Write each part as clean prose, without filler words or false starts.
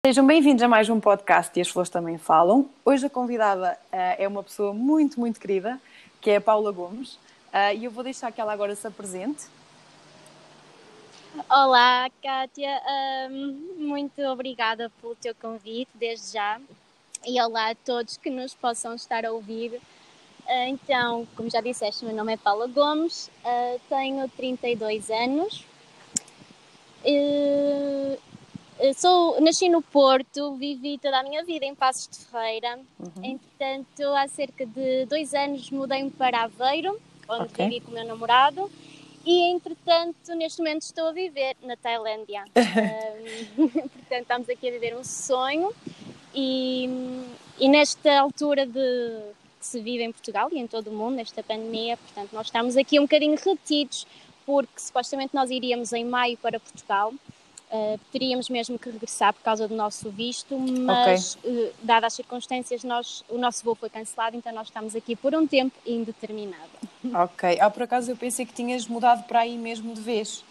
Sejam bem-vindos a mais um podcast e as flores também falam. Hoje a convidada é uma pessoa muito, muito querida, que é a Paula Gomes, e eu vou deixar que ela agora se apresente. Olá, Kátia. Muito obrigada pelo teu convite, desde já. E olá a todos que nos possam estar a ouvir. Então, como já disseste, meu nome é Paula Gomes, tenho 32 anos. Nasci no Porto, vivi toda a minha vida em Passos de Ferreira. Entretanto, há cerca de 2 anos mudei-me para Aveiro, onde Ok. vivi com o meu namorado. E, entretanto, neste momento estou a viver na Tailândia. Portanto, estamos aqui a viver um sonho. E nesta altura que se vive em Portugal e em todo o mundo, nesta pandemia, portanto, nós estamos aqui um bocadinho retidos, porque supostamente nós iríamos em maio para Portugal. Teríamos mesmo que regressar por causa do nosso visto, mas, dadas as circunstâncias, o nosso voo foi cancelado, então nós estamos aqui por um tempo indeterminado. Ok. Por acaso eu pensei que tinhas mudado para aí mesmo de vez.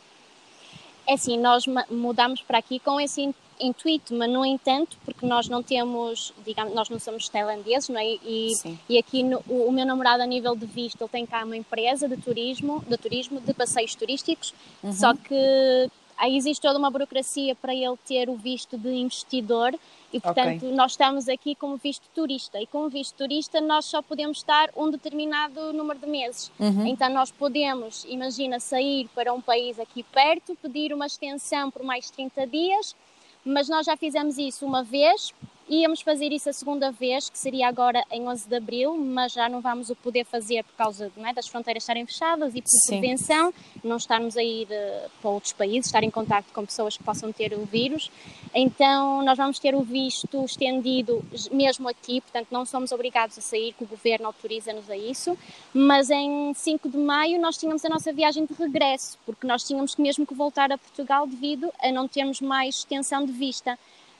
É assim, nós mudamos para aqui com esse intuito, mas no entanto, porque nós não temos, digamos, nós não somos tailandeses, não é? E aqui o meu namorado, a nível de visto, ele tem cá uma empresa de turismo, de passeios turísticos, só que aí existe toda uma burocracia para ele ter o visto de investidor e, portanto, nós estamos aqui como visto turista. E com o visto turista nós só podemos estar um determinado número de meses. Então nós podemos, imagina, sair para um país aqui perto, pedir uma extensão por mais 30 dias, mas nós já fizemos isso uma vez, íamos fazer isso a segunda vez, que seria agora em 11 de Abril, mas já não vamos o poder fazer por causa, não é, das fronteiras estarem fechadas e por prevenção, não estarmos a ir para outros países, estar em contacto com pessoas que possam ter o vírus. Então nós vamos ter o visto estendido mesmo aqui, portanto não somos obrigados a sair, que o governo autoriza-nos a isso, mas em 5 de maio nós tínhamos a nossa viagem de regresso, porque nós tínhamos mesmo que voltar a Portugal devido a não termos mais extensão de vista.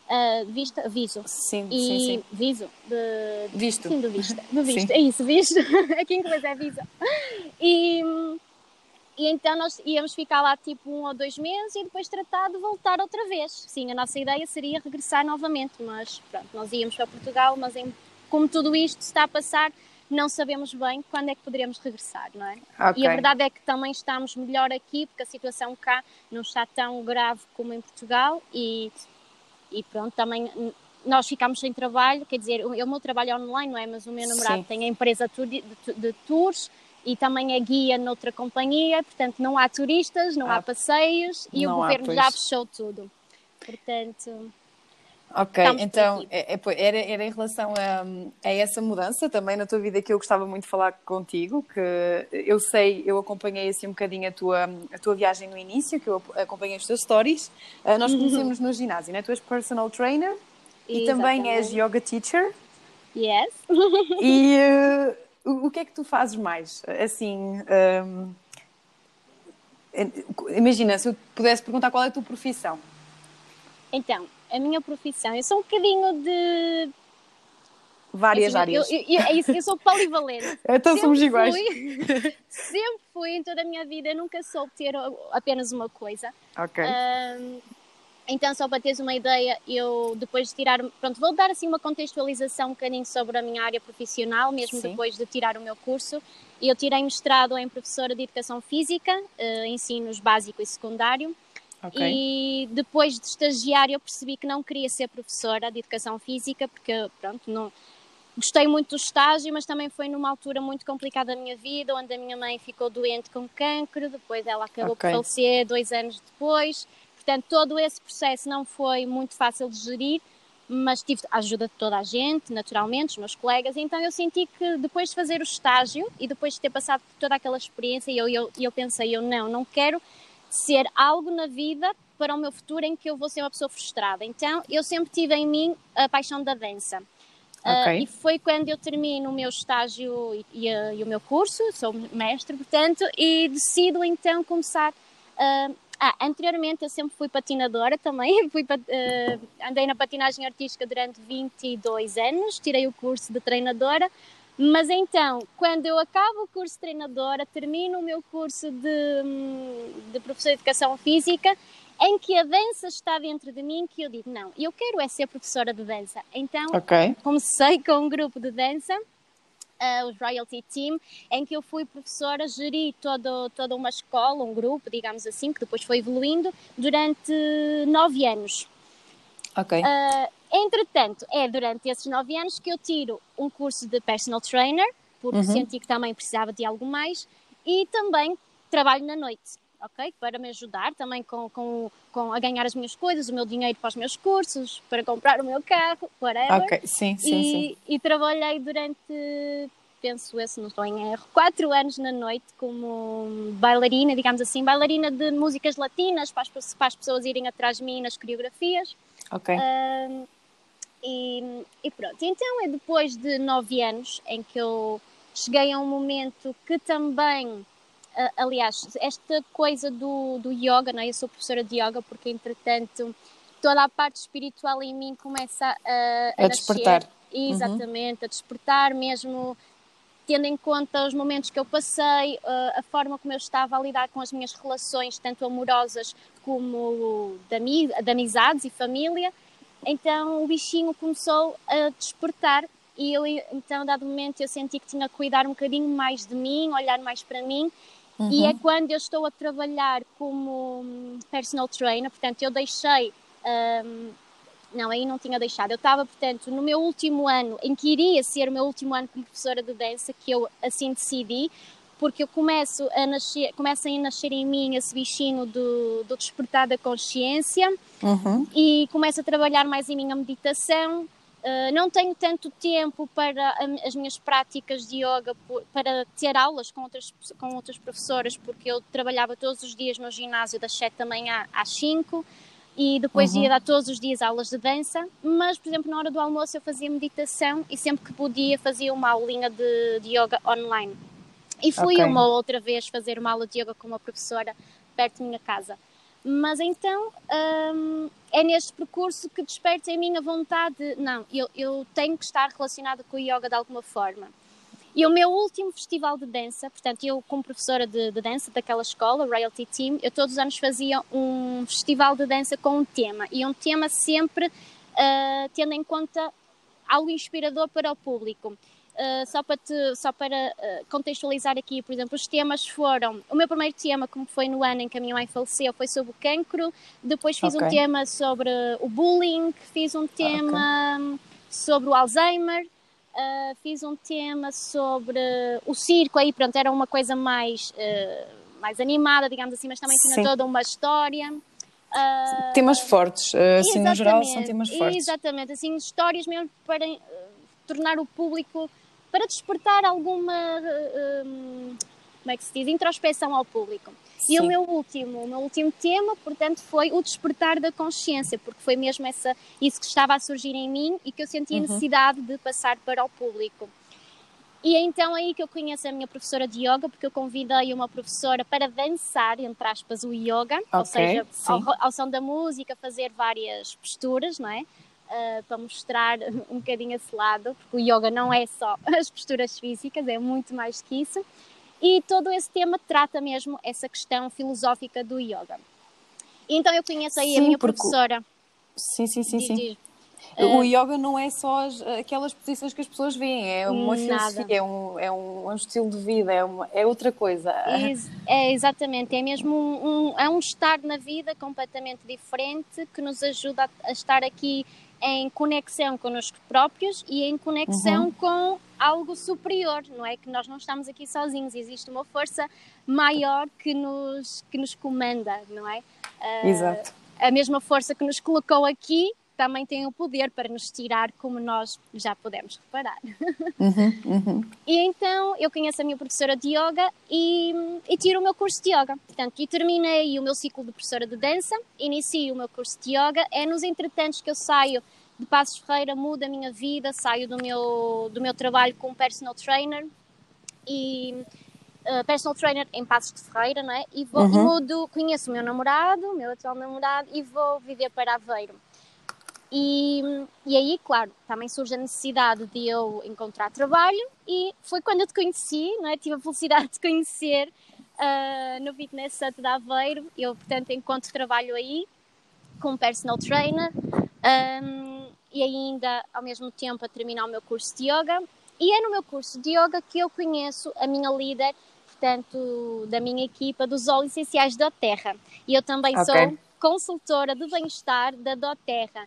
Viso. Sim. Viso. Visto. Sim, do visto. Do Sim. visto, é isso, visto. Aqui em inglês é visa. E então nós íamos ficar lá tipo 1 ou 2 meses e depois tratar de voltar outra vez. Sim, a nossa ideia seria regressar novamente, mas pronto, nós íamos para Portugal, mas como tudo isto está a passar, não sabemos bem quando é que poderemos regressar, não é? E a verdade é que também estamos melhor aqui, porque a situação cá não está tão grave como em Portugal e pronto, também nós ficámos sem trabalho, quer dizer, o meu trabalho é online, não é? Mas o meu namorado tem a empresa de tours e também é guia noutra companhia, portanto não há turistas, não há passeios e o governo já fechou tudo. Portanto, estamos então por aqui. era em relação a essa mudança também na tua vida que eu gostava muito de falar contigo, que eu acompanhei assim um bocadinho a tua viagem no início, que eu acompanhei os teus stories. Nós conhecemos no ginásio, né? Tu és personal trainer e também és Exatamente. yoga teacher. Yes. E o que é que tu fazes mais? Assim, imagina, se eu pudesse perguntar qual é a tua profissão. Então, a minha profissão, eu sou um bocadinho de... Várias Assim, áreas. é isso, eu sou polivalente. Então somos iguais. Sempre fui em toda a minha vida, nunca soube ter apenas uma coisa. Ok. Então, só para teres uma ideia, eu depois de tirar... Pronto, vou dar assim uma contextualização um bocadinho sobre a minha área profissional, mesmo depois de tirar o meu curso. Eu tirei mestrado em professora de Educação Física, ensinos básico e secundário. E depois de estagiar eu percebi que não queria ser professora de Educação Física, porque, pronto, não... Gostei muito do estágio, mas também foi numa altura muito complicada da minha vida, onde a minha mãe ficou doente com cancro, depois ela acabou por falecer 2 anos depois. Portanto, todo esse processo não foi muito fácil de gerir, mas tive a ajuda de toda a gente, naturalmente, os meus colegas. Então eu senti que depois de fazer o estágio e depois de ter passado por toda aquela experiência, eu pensei, não quero ser algo na vida para o meu futuro em que eu vou ser uma pessoa frustrada. Então eu sempre tive em mim a paixão da dança. E foi quando eu termino o meu estágio e o meu curso, sou mestre, portanto, e decido então começar. Anteriormente eu sempre fui patinadora também, andei na patinagem artística durante 22 anos, tirei o curso de treinadora, mas então, quando eu acabo o curso de treinadora, termino o meu curso de professora de Educação Física, em que a dança está dentro de mim, que eu digo, não, eu quero é ser professora de dança. Então, comecei com um grupo de dança, os Royalty Team, em que eu fui professora, geri toda uma escola, um grupo, digamos assim, que depois foi evoluindo, durante 9 anos. Entretanto, é durante esses 9 anos que eu tiro um curso de personal trainer, porque senti que também precisava de algo mais, e também trabalho na noite, para me ajudar também a ganhar as minhas coisas, o meu dinheiro para os meus cursos, para comprar o meu carro, whatever. Sim. E trabalhei durante, penso se não estou em erro, 4 anos na noite como bailarina, digamos assim, bailarina de músicas latinas, para as pessoas irem atrás de mim nas coreografias. E pronto, então é depois de 9 anos em que eu cheguei a um momento que também, aliás, esta coisa do yoga, não é? Eu sou professora de yoga porque entretanto toda a parte espiritual em mim começa a despertar. Exatamente, a despertar mesmo, tendo em conta os momentos que eu passei, a forma como eu estava a lidar com as minhas relações, tanto amorosas como de amizades e família. Então o bichinho começou a despertar e eu, então, dado momento, eu senti que tinha que cuidar um bocadinho mais de mim, olhar mais para mim. E é quando eu estou a trabalhar como personal trainer, portanto, eu deixei... não, aí não tinha deixado. Eu estava, portanto, no meu último ano, em que iria ser o meu último ano como professora de dança, que eu assim decidi, porque eu começa a nascer em mim esse bichinho do despertar da consciência e começo a trabalhar mais em mim a meditação. Não tenho tanto tempo para as minhas práticas de yoga, para ter aulas com outras professoras, porque eu trabalhava todos os dias no ginásio das 7 da manhã às 5 e depois ia dar todos os dias aulas de dança, mas, por exemplo, na hora do almoço eu fazia meditação e sempre que podia fazia uma aulinha de yoga online. E fui uma outra vez fazer uma aula de yoga com uma professora perto da minha casa. Mas então é neste percurso que desperta em mim a vontade de, não, eu tenho que estar relacionada com o yoga de alguma forma. E o meu último festival de dança, portanto, eu como professora de dança daquela escola, Royalty Team, eu todos os anos fazia um festival de dança com um tema. E um tema sempre tendo em conta algo inspirador para o público. Só para contextualizar aqui, por exemplo, os temas foram... O meu primeiro tema, como foi no ano em que a minha mãe faleceu, foi sobre o cancro. Depois fiz um tema sobre o bullying. Fiz um tema sobre o Alzheimer. Fiz um tema sobre o circo. Aí, pronto, era uma coisa mais animada, digamos assim, mas também tinha toda uma história. Temas fortes, assim, no geral, são temas fortes. Exatamente, assim, histórias mesmo para tornar o público... para despertar alguma, como é que se diz, introspeção ao público. Sim. E o meu último tema, portanto, foi o despertar da consciência, porque foi mesmo isso que estava a surgir em mim e que eu sentia necessidade de passar para o público. E é então aí que eu conheço a minha professora de yoga, porque eu convidei uma professora para dançar, entre aspas, o yoga, ou seja, ao som da música, fazer várias posturas, não é? Para mostrar um bocadinho esse lado, porque o yoga não é só as posturas físicas, é muito mais que isso. E todo esse tema trata mesmo essa questão filosófica do yoga. E então eu conheço aí a minha professora. Sim. O yoga não é só aquelas posições que as pessoas veem, é uma filosofia, é um estilo de vida, é outra coisa. Exatamente, é mesmo um estar na vida completamente diferente que nos ajuda a estar aqui em conexão connosco próprios e em conexão com algo superior, não é? Que nós não estamos aqui sozinhos, existe uma força maior que nos comanda, não é? Exato. A mesma força que nos colocou aqui também tem o poder para nos tirar, como nós já podemos reparar. E então eu conheço a minha professora de yoga e tiro o meu curso de yoga. Portanto, e terminei o meu ciclo de professora de dança, inicio o meu curso de yoga. É nos entretantos que eu saio de Passos Ferreira, mudo a minha vida, saio do meu trabalho como personal trainer e personal trainer em Passos de Ferreira, não é? E mudo, conheço o meu atual namorado, e vou viver para Aveiro. E aí, claro, também surge a necessidade de eu encontrar trabalho e foi quando eu te conheci, não é? Tive a felicidade de te conhecer no Fitness Hut de Aveiro. Eu, portanto, encontro trabalho aí como personal trainer e ainda, ao mesmo tempo, a terminar o meu curso de yoga. E é no meu curso de yoga que eu conheço a minha líder, portanto, da minha equipa, dos óleos essenciais da doTERRA. E eu também sou consultora de bem-estar da doTERRA.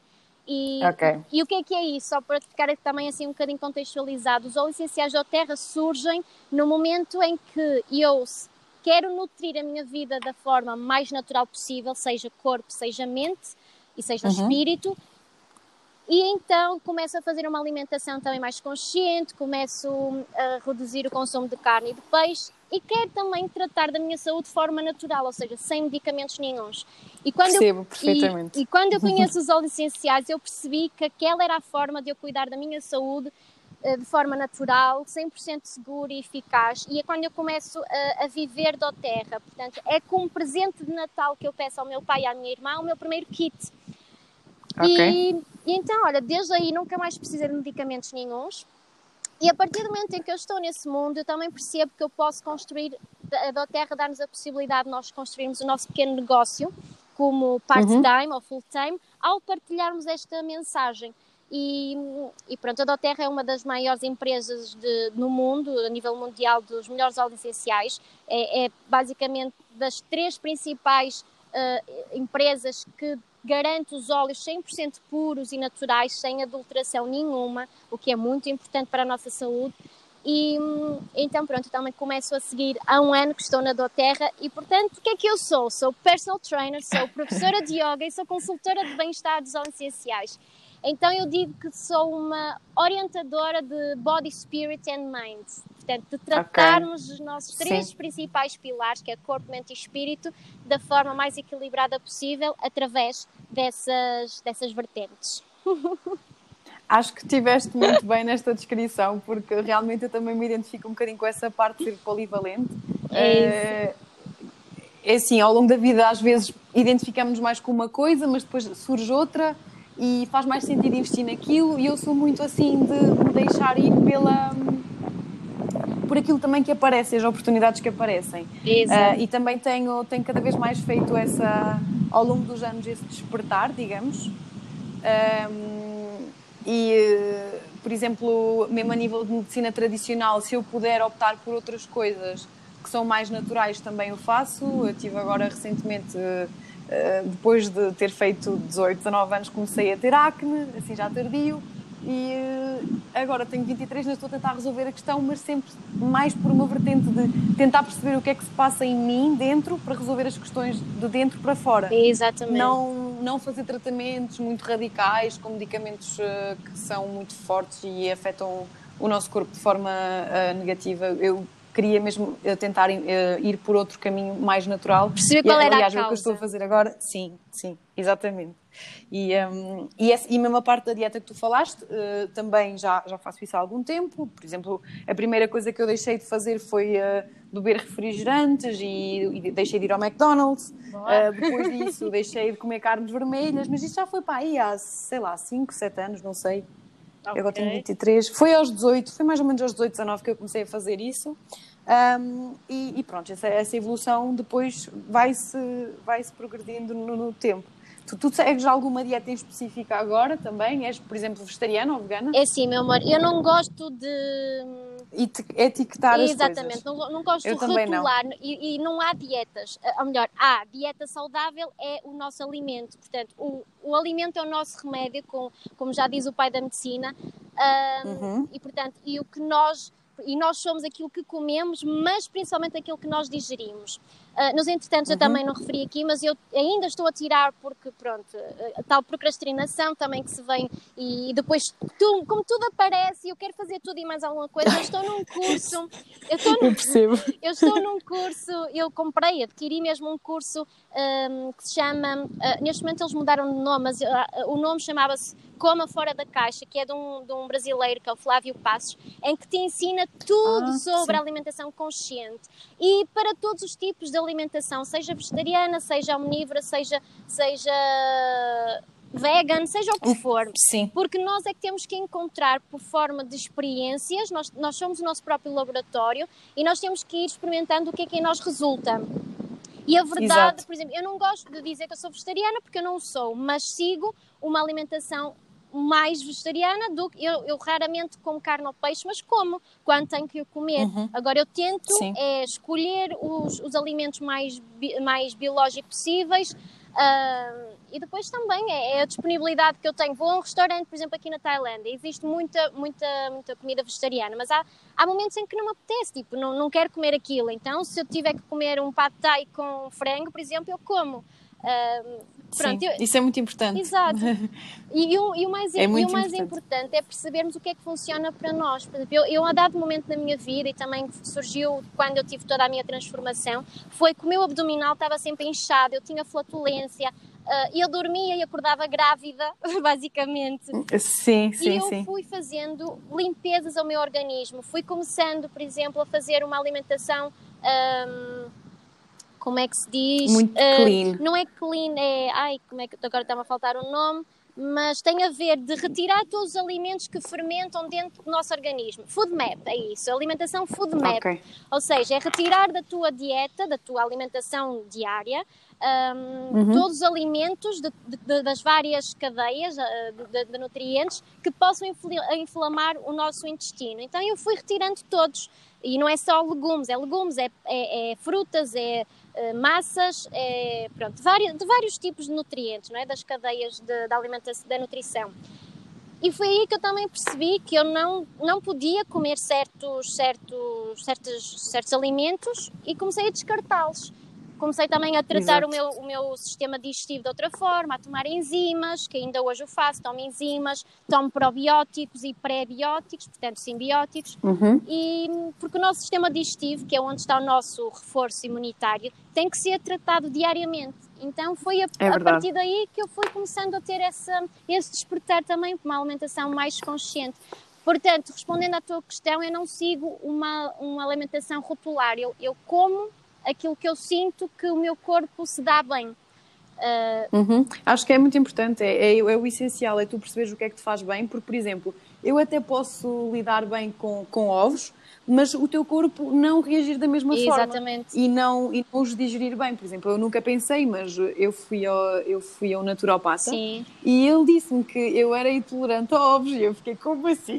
E o que é isso? Só para ficar também assim um bocadinho contextualizado, os óleos essenciais da doTERRA surgem no momento em que eu quero nutrir a minha vida da forma mais natural possível, seja corpo, seja mente e seja espírito. E então começo a fazer uma alimentação também mais consciente, começo a reduzir o consumo de carne e de peixe e quero também tratar da minha saúde de forma natural, ou seja, sem medicamentos nenhuns. Percebo perfeitamente. E quando eu conheço os óleos essenciais, eu percebi que aquela era a forma de eu cuidar da minha saúde de forma natural, 100% segura e eficaz. E é quando eu começo a viver doTERRA. Portanto, é como presente de Natal que eu peço ao meu pai e à minha irmã o meu primeiro kit. E então, olha, desde aí nunca mais precisei de medicamentos nenhuns. E a partir do momento em que eu estou nesse mundo, eu também percebo que eu posso construir, a doTERRA dá-nos a possibilidade de nós construirmos o nosso pequeno negócio como part-time ou full-time, ao partilharmos esta mensagem. E pronto, a doTERRA é uma das maiores empresas no mundo, a nível mundial, dos melhores óleos essenciais. É basicamente das 3 principais empresas que garante os óleos 100% puros e naturais, sem adulteração nenhuma, o que é muito importante para a nossa saúde. E então pronto, também começo a seguir há um ano que estou na doTERRA e portanto o que é que eu sou? Sou personal trainer, sou professora de yoga e sou consultora de bem-estar dos óleos essenciais. Então eu digo que sou uma orientadora de body, spirit and mind. Portanto, de tratarmos os nossos 3 principais pilares, que é corpo, mente e espírito, da forma mais equilibrada possível, através dessas vertentes. Acho que estiveste muito bem nesta descrição, porque realmente eu também me identifico um bocadinho com essa parte de ser polivalente. É assim, ao longo da vida às vezes identificamos-nos mais com uma coisa, mas depois surge outra e faz mais sentido investir naquilo, e eu sou muito assim de me deixar ir por aquilo também que aparece, as oportunidades que aparecem. E também tenho cada vez mais feito ao longo dos anos esse despertar, digamos. Por exemplo, mesmo a nível de medicina tradicional, se eu puder optar por outras coisas que são mais naturais, também o faço. Eu tive agora recentemente, depois de ter feito 18, 19 anos, comecei a ter acne, assim já tardio. E agora tenho 23, ainda estou a tentar resolver a questão, mas sempre mais por uma vertente de tentar perceber o que é que se passa em mim dentro para resolver as questões de dentro para fora. Exatamente. Não fazer tratamentos muito radicais com medicamentos que são muito fortes e afetam o nosso corpo de forma negativa. Eu queria mesmo tentar ir por outro caminho mais natural. Perceber qual era a causa. É o que eu estou a fazer agora. Sim, exatamente. E mesmo a parte da dieta que tu falaste, também já faço isso há algum tempo. Por exemplo, a primeira coisa que eu deixei de fazer foi beber refrigerantes e deixei de ir ao McDonald's. Depois disso deixei de comer carnes vermelhas, mas isso já foi para aí há, sei lá, 5, 7 anos, não sei. Eu agora tenho 23. Foi aos 18, foi mais ou menos aos 18, 19 que eu comecei a fazer isso. E pronto, essa evolução depois vai-se progredindo no tempo. Tu segues alguma dieta em específica agora também? És, por exemplo, vegetariana ou vegana? É assim, meu amor, eu não gosto de etiquetar as coisas. Exatamente, não gosto de rotular e não há dietas. Ou melhor, há dieta saudável, é o nosso alimento. Portanto, o alimento é o nosso remédio, como já diz o pai da medicina. E portanto, e nós somos aquilo que comemos, mas principalmente aquilo que nós digerimos. Nos entretantos, eu também não referi aqui, mas eu ainda estou a tirar porque, pronto, a tal procrastinação também que se vem e depois, como tudo aparece, eu quero fazer tudo e mais alguma coisa, eu estou num curso, eu percebo. Eu estou num curso, eu adquiri mesmo um curso que se chama, neste momento eles mudaram de nome, mas o nome chamava-se Coma Fora da Caixa, que é de um brasileiro, que é o Flávio Passos, em que te ensina tudo sobre a alimentação consciente e para todos os tipos de alimentação, seja vegetariana, seja omnívora, seja vegan, seja o que for. Sim. Porque nós é que temos que encontrar por forma de experiências, nós somos o nosso próprio laboratório e nós temos que ir experimentando o que é que em nós resulta. E a verdade, Exato. por exemplo, eu não gosto de dizer que eu sou vegetariana porque eu não o sou, mas sigo uma alimentação mais vegetariana do que eu raramente como carne ou peixe, mas como quando tenho que o comer. Agora eu tento escolher os alimentos mais biológicos possíveis. E depois também é a disponibilidade que eu tenho. Vou a um restaurante, por exemplo, aqui na Tailândia, existe muita comida vegetariana, mas há momentos em que não me apetece, tipo, não quero comer aquilo. Então, se eu tiver que comer um pad thai com frango, por exemplo, eu como. Pronto, sim, isso é muito importante. Exato. E o mais importante é percebermos o que é que funciona para nós. Por exemplo, eu a dado momento na minha vida, e também surgiu quando eu tive toda a minha transformação, foi que o meu abdominal estava sempre inchado, eu tinha flatulência, eu dormia e acordava grávida, basicamente. Sim. E eu fui fazendo limpezas ao meu organismo. Fui começando, por exemplo, a fazer uma alimentação... como é que se diz? Muito clean. Não é clean, como é que agora está-me a faltar o nome, mas tem a ver de retirar todos os alimentos que fermentam dentro do nosso organismo. Food map, é isso, alimentação food map. Okay. Ou seja, é retirar da tua dieta, da tua alimentação diária, todos os alimentos das várias cadeias de nutrientes que possam inflamar o nosso intestino. Então eu fui retirando todos. E não é só legumes, é frutas, massas, pronto, de vários tipos de nutrientes, não é? Das cadeias da alimentação, da nutrição. E foi aí que eu também percebi que eu não podia comer certos alimentos e comecei a descartá-los. Comecei também a tratar o meu sistema digestivo de outra forma, a tomar enzimas, que ainda hoje o faço, tomo enzimas, tomo probióticos e pré-bióticos, portanto simbióticos, e porque o nosso sistema digestivo, que é onde está o nosso reforço imunitário, tem que ser tratado diariamente. Então foi a partir daí que eu fui começando a ter esse despertar também para uma alimentação mais consciente. Portanto, respondendo à tua questão, eu não sigo uma alimentação rotular, eu como aquilo que eu sinto que o meu corpo se dá bem. Acho que é muito importante, é o essencial, é tu perceberes o que é que te faz bem, porque, por exemplo, eu até posso lidar bem com ovos, mas o teu corpo não reagir da mesma forma. Exatamente. E não os digerir bem. Por exemplo, eu nunca pensei, mas eu fui ao naturopata. Sim. E ele disse-me que eu era intolerante a ovos e eu fiquei, como assim?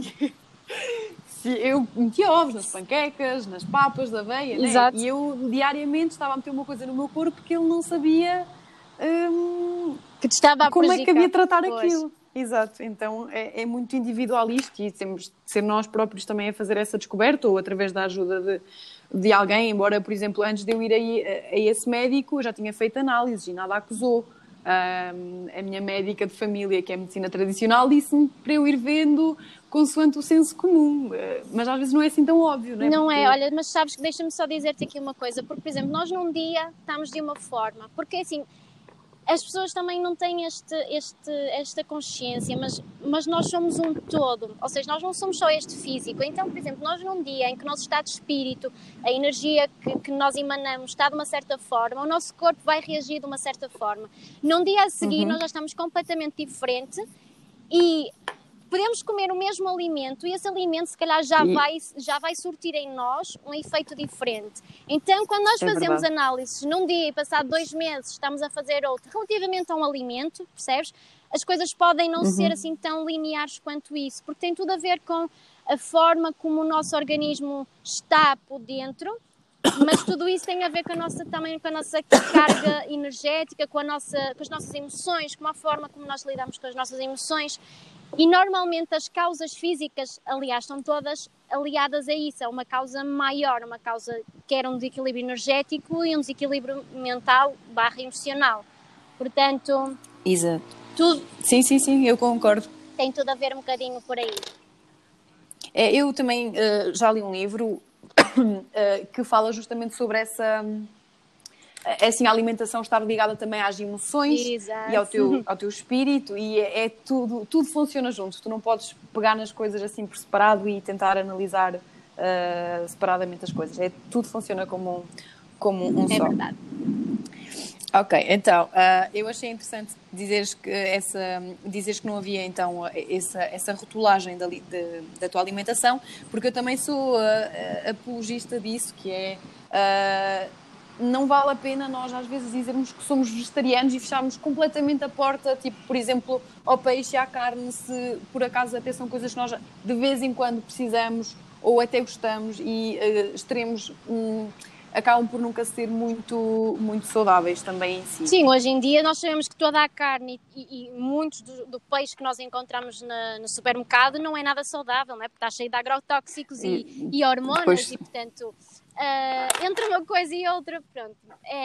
Eu metia ovos nas panquecas, nas papas de aveia, né? E eu diariamente estava a meter uma coisa no meu corpo que ele não sabia que te estava a como é que havia de tratar pois. aquilo. Exato, então é muito individual isto e temos de ser nós próprios também a fazer essa descoberta ou através da ajuda de alguém, embora, por exemplo, antes de eu ir a esse médico, eu já tinha feito análises e nada acusou. A minha médica de família, que é medicina tradicional, disse-me para eu ir vendo consoante o senso comum, mas às vezes não é assim tão óbvio, não é? Não é, olha, mas sabes que deixa-me só dizer-te aqui uma coisa, porque, por exemplo, nós num dia estamos de uma forma, porque assim, as pessoas também não têm esta consciência, mas nós somos um todo, ou seja, nós não somos só este físico. Então, por exemplo, nós num dia em que o nosso estado de espírito, a energia que nós emanamos está de uma certa forma, o nosso corpo vai reagir de uma certa forma. Num dia a seguir nós já estamos completamente diferente e podemos comer o mesmo alimento e esse alimento se calhar já vai surtir em nós um efeito diferente. Então, quando nós fazemos análises num dia e passado 2 meses estamos a fazer outro relativamente a um alimento, percebes? As coisas podem não ser assim tão lineares quanto isso, porque tem tudo a ver com a forma como o nosso organismo está por dentro, mas tudo isso tem a ver também com a nossa carga energética, com as nossas emoções, com a forma como nós lidamos com as nossas emoções. E normalmente as causas físicas, aliás, estão todas aliadas a isso, a uma causa maior, uma causa que era um desequilíbrio energético e um desequilíbrio mental / emocional. Portanto, exato. Tudo. Sim, eu concordo. Tem tudo a ver um bocadinho por aí. Eu também já li um livro que fala justamente sobre essa... assim, a alimentação estar ligada também às emoções e ao teu espírito e tudo funciona junto. Tu não podes pegar nas coisas assim por separado e tentar analisar separadamente as coisas. Tudo funciona como um só. É verdade. Ok, então, eu achei interessante dizeres que não havia então essa rotulagem da tua alimentação, porque eu também sou apologista disso, que é não vale a pena nós às vezes dizermos que somos vegetarianos e fecharmos completamente a porta, tipo, por exemplo, ao peixe e à carne, se por acaso até são coisas que nós de vez em quando precisamos ou até gostamos e extremos acabam por nunca ser muito, muito saudáveis também em si. Sim, hoje em dia nós sabemos que toda a carne e muitos do peixe que nós encontramos no supermercado não é nada saudável, não é? Porque está cheio de agrotóxicos e hormonas depois... e, portanto, entre uma coisa e outra, pronto,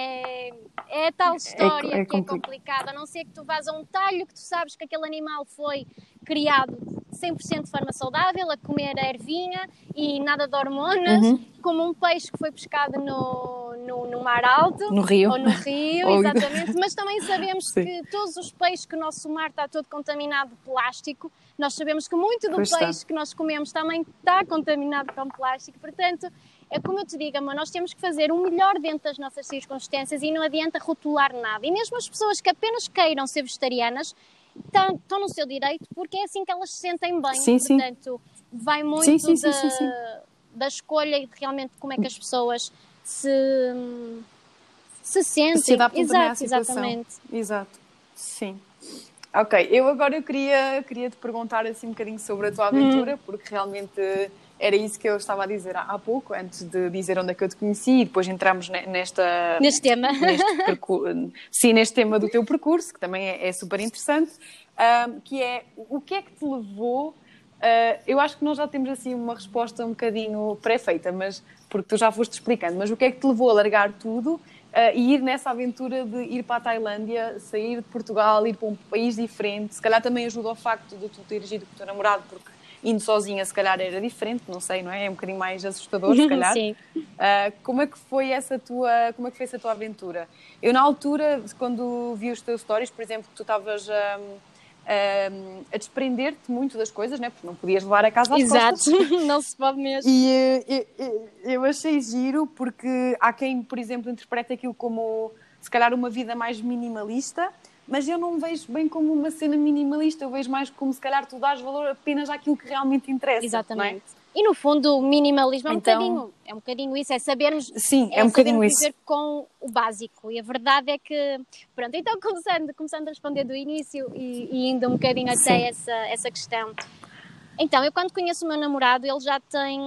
é tal história que é complicada, a não ser que tu vás a um talho que tu sabes que aquele animal foi criado 100% de forma saudável, a comer a ervinha e nada de hormonas, como um peixe que foi pescado no mar alto. No rio. Ou no rio, exatamente. Mas também sabemos que todos os peixes que o nosso mar está todo contaminado de plástico. Nós sabemos que muito do peixe que nós comemos também está contaminado com plástico. Portanto, é como eu te digo, amor, nós temos que fazer o melhor dentro das nossas circunstâncias e não adianta rotular nada. E mesmo as pessoas que apenas queiram ser vegetarianas estão no seu direito, porque é assim que elas se sentem bem. Sim, portanto, vai muito da escolha e de realmente como é que as pessoas se sentem. Se adaptam também à situação. Exatamente. Exato. Sim. Ok, eu queria te perguntar assim um bocadinho sobre a tua aventura, porque realmente era isso que eu estava a dizer há pouco, antes de dizer onde é que eu te conheci, e depois entramos neste tema. Neste tema do teu percurso, que também é super interessante, que é o que é que te levou. Eu acho que nós já temos assim uma resposta um bocadinho pré-feita, mas porque tu já foste explicando, mas o que é que te levou a largar tudo e ir nessa aventura de ir para a Tailândia, sair de Portugal, ir para um país diferente? Se calhar também ajuda ao facto de tu teres ido com o teu namorado, porque indo sozinha se calhar era diferente, não sei, não é? É um bocadinho mais assustador, se calhar. Sim. Como é que foi essa tua aventura? Eu na altura, quando vi os teus stories, por exemplo, que tu estavas a desprender-te muito das coisas, né? Porque não podias levar a casa às costas. Exato, não se pode mesmo. E eu achei giro porque há quem, por exemplo, interpreta aquilo como, se calhar, uma vida mais minimalista, mas eu não vejo bem como uma cena minimalista, eu vejo mais como, se calhar, tu dás valor apenas àquilo que realmente interessa. Exatamente. Não é? E no fundo o minimalismo é um bocadinho isso, é sabermos, viver com o básico. E a verdade é que, pronto, então começando a responder do início e indo um bocadinho até essa questão. Então, eu quando conheço o meu namorado, ele já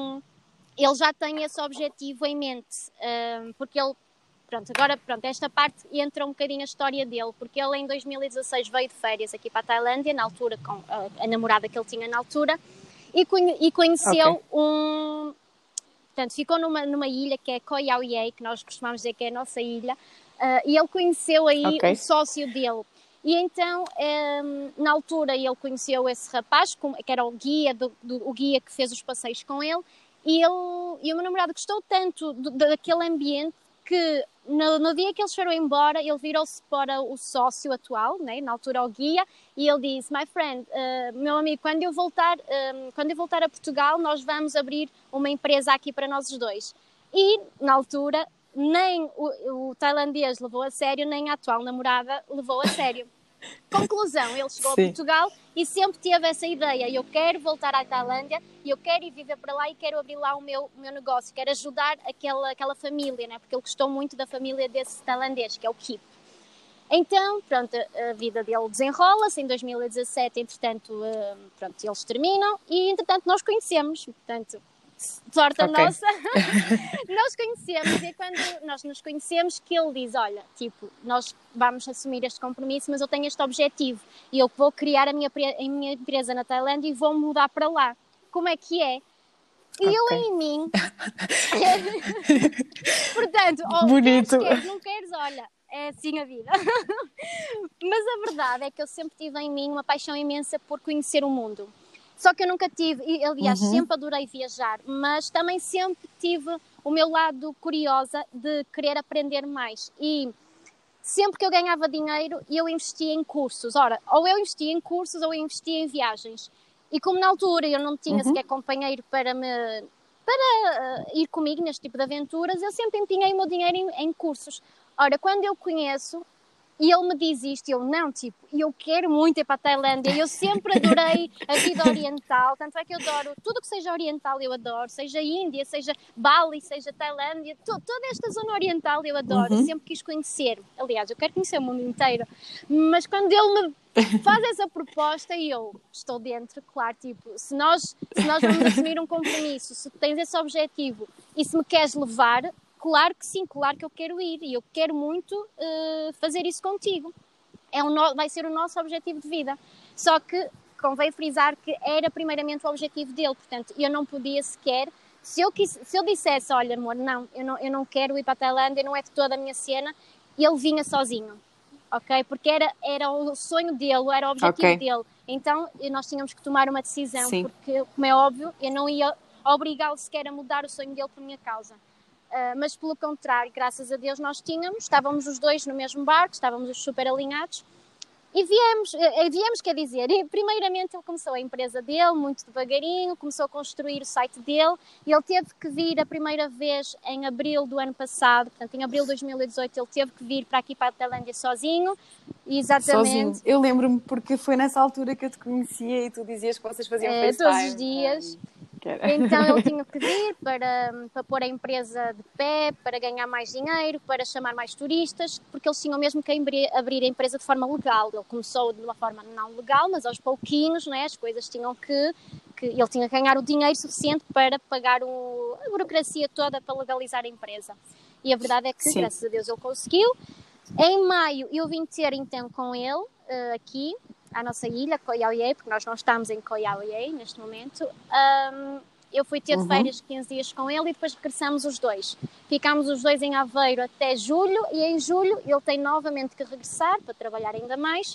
tem esse objetivo em mente, porque ele, esta parte entra um bocadinho a história dele, porque ele em 2016 veio de férias aqui para a Tailândia, na altura com a namorada que ele tinha na altura, e conheceu portanto, ficou numa ilha que é Koh Yao Ye, que nós costumamos dizer que é a nossa ilha, e ele conheceu aí o sócio dele. E então, na altura, ele conheceu esse rapaz, que era o guia, o guia que fez os passeios com ele, e o meu namorado gostou tanto daquele ambiente que no dia que eles foram embora, ele virou-se para o sócio atual, né, na altura o guia, e ele disse: My friend, meu amigo, quando eu voltar a Portugal, nós vamos abrir uma empresa aqui para nós os dois. E, na altura, nem o tailandês levou a sério, nem a atual namorada levou a sério. Conclusão, ele chegou a Portugal e sempre teve essa ideia: eu quero voltar à Tailândia, eu quero ir viver para lá e quero abrir lá o meu negócio, quero ajudar aquela família, né? Porque ele gostou muito da família desse tailandês, que é o Kip. Então, pronto, a vida dele desenrola-se. Em 2017, entretanto, eles terminam e, entretanto, nós conhecemos. Portanto, sorte a nossa, nós conhecemos, e é quando nós nos conhecemos que ele diz: olha, tipo, nós vamos assumir este compromisso, mas eu tenho este objetivo e eu vou criar a minha empresa na Tailândia e vou mudar para lá. Como é que é? E eu em mim, portanto, bonito. Não queres, olha, é assim a vida. Mas a verdade é que eu sempre tive em mim uma paixão imensa por conhecer o mundo. Só que eu nunca tive, e aliás, sempre adorei viajar, mas também sempre tive o meu lado curiosa de querer aprender mais. E sempre que eu ganhava dinheiro, eu investia em cursos. Ora, ou eu investia em cursos ou eu investia em viagens. E como na altura eu não tinha sequer companheiro para ir comigo neste tipo de aventuras, eu sempre empenhei o meu dinheiro em cursos. Ora, quando eu conheço E ele me diz isto, e eu não, tipo, eu quero muito ir para a Tailândia, eu sempre adorei a vida oriental, tanto é que eu adoro tudo que seja oriental, eu adoro, seja Índia, seja Bali, seja Tailândia, toda esta zona oriental eu adoro, sempre quis conhecer. Aliás, eu quero conhecer o mundo inteiro, mas quando ele me faz essa proposta e eu estou dentro, claro, tipo, se nós vamos assumir um compromisso, se tens esse objetivo e se me queres levar, claro que sim, claro que eu quero ir e eu quero muito fazer isso contigo. Vai ser o nosso objetivo de vida. Só que convém frisar que era primeiramente o objetivo dele, portanto, eu não podia sequer, se eu dissesse, olha amor, não, eu não quero ir para a Tailândia, não é de toda a minha cena, ele vinha sozinho. Ok? Porque era o sonho dele, era o objetivo dele. Então, nós tínhamos que tomar uma decisão, porque, como é óbvio, eu não ia obrigá-lo sequer a mudar o sonho dele por minha causa. Mas, pelo contrário, graças a Deus, estávamos os dois no mesmo barco, estávamos super alinhados. E viemos, quer dizer, primeiramente ele começou a empresa dele, muito devagarinho, começou a construir o site dele, e ele teve que vir a primeira vez em abril do ano passado, portanto em abril de 2018 ele teve que vir para aqui para a Tailândia sozinho, exatamente. Sozinho, eu lembro-me porque foi nessa altura que eu te conhecia e tu dizias que vocês faziam FaceTime. Todos os dias. Então ele tinha que vir para pôr a empresa de pé, para ganhar mais dinheiro, para chamar mais turistas, porque eles tinham mesmo que abrir a empresa de forma legal. Ele começou de uma forma não legal, mas aos pouquinhos, né, as coisas tinham que ele tinha que ganhar o dinheiro suficiente para pagar a burocracia toda para legalizar a empresa. E a verdade é que, graças a Deus, ele conseguiu. Em maio eu vim ter então com ele aqui à nossa ilha, Koh Yai, porque nós não estamos em Koh Yai neste momento. Eu fui ter de férias 15 dias com ele e depois regressamos os dois. Ficámos os dois em Aveiro até julho e em julho ele tem novamente que regressar para trabalhar ainda mais.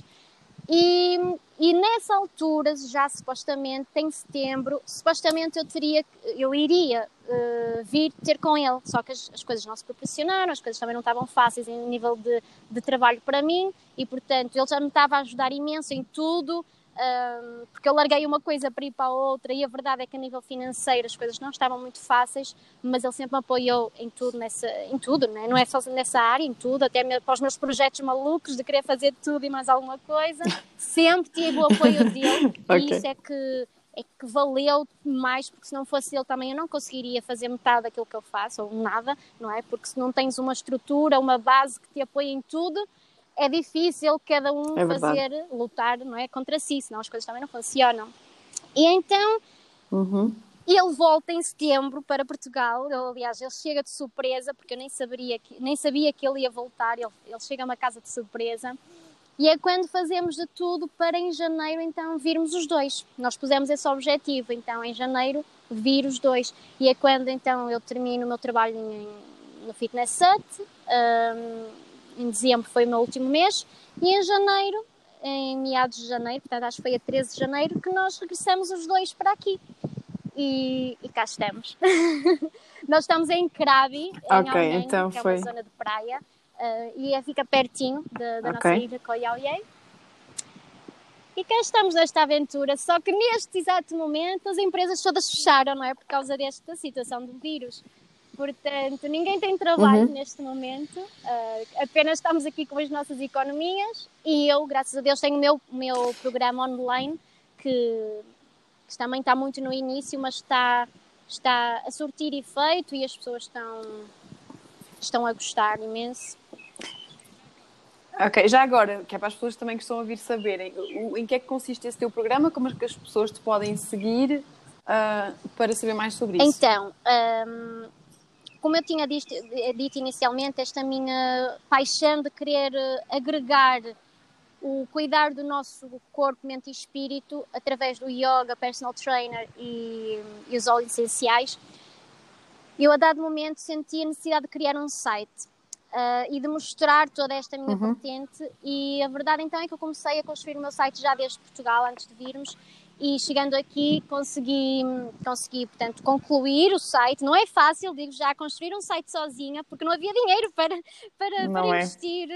E nessa altura, já supostamente, em setembro, supostamente eu iria vir ter com ele, só que as coisas não se proporcionaram, as coisas também não estavam fáceis em nível de trabalho para mim e, portanto, ele já me estava a ajudar imenso em tudo, porque eu larguei uma coisa para ir para a outra e a verdade é que a nível financeiro as coisas não estavam muito fáceis, mas ele sempre me apoiou em tudo, em tudo, né? Não é só nessa área, em tudo, até para os meus projetos malucos de querer fazer tudo e mais alguma coisa, sempre tive o apoio dele e isso é que valeu mais, porque se não fosse ele também eu não conseguiria fazer metade daquilo que eu faço, ou nada, não é? Porque se não tens uma estrutura, uma base que te apoie em tudo, é difícil cada um lutar, não é, contra si, senão as coisas também não funcionam. E então, ele volta em setembro para Portugal, aliás, ele chega de surpresa, porque eu nem sabia que ele ia voltar, ele chega a uma casa de surpresa, e é quando fazemos de tudo para em janeiro, então, virmos os dois. Nós pusemos esse objetivo, então, em janeiro, vir os dois. E é quando, então, eu termino o meu trabalho no Fitness Hut, em dezembro foi o meu último mês, e em janeiro, em meados de janeiro, portanto acho que foi a 13 de janeiro, que nós regressamos os dois para aqui. E cá estamos. Nós estamos em Krabi, em Almém, então que é uma zona de praia, e fica pertinho da nossa ilha, Koh Yai. E cá estamos nesta aventura, só que neste exato momento as empresas todas fecharam, não é? Por causa desta situação do vírus. Portanto, ninguém tem trabalho neste momento, apenas estamos aqui com as nossas economias e eu, graças a Deus, tenho o meu programa online que também está muito no início, mas está a surtir efeito e as pessoas estão a gostar imenso. Ok, já agora, que é para as pessoas também que estão a vir saberem, em que é que consiste esse teu programa, como é que as pessoas te podem seguir para saber mais sobre isso? Então, como eu tinha dito inicialmente, esta minha paixão de querer agregar o cuidar do nosso corpo, mente e espírito através do yoga, personal trainer e os óleos essenciais, eu a dado momento senti a necessidade de criar um site e de mostrar toda esta minha vertente e a verdade então é que eu comecei a construir o meu site já desde Portugal, antes de virmos. E chegando aqui consegui, portanto, concluir o site. Não é fácil, digo já, construir um site sozinha, porque não havia dinheiro para investir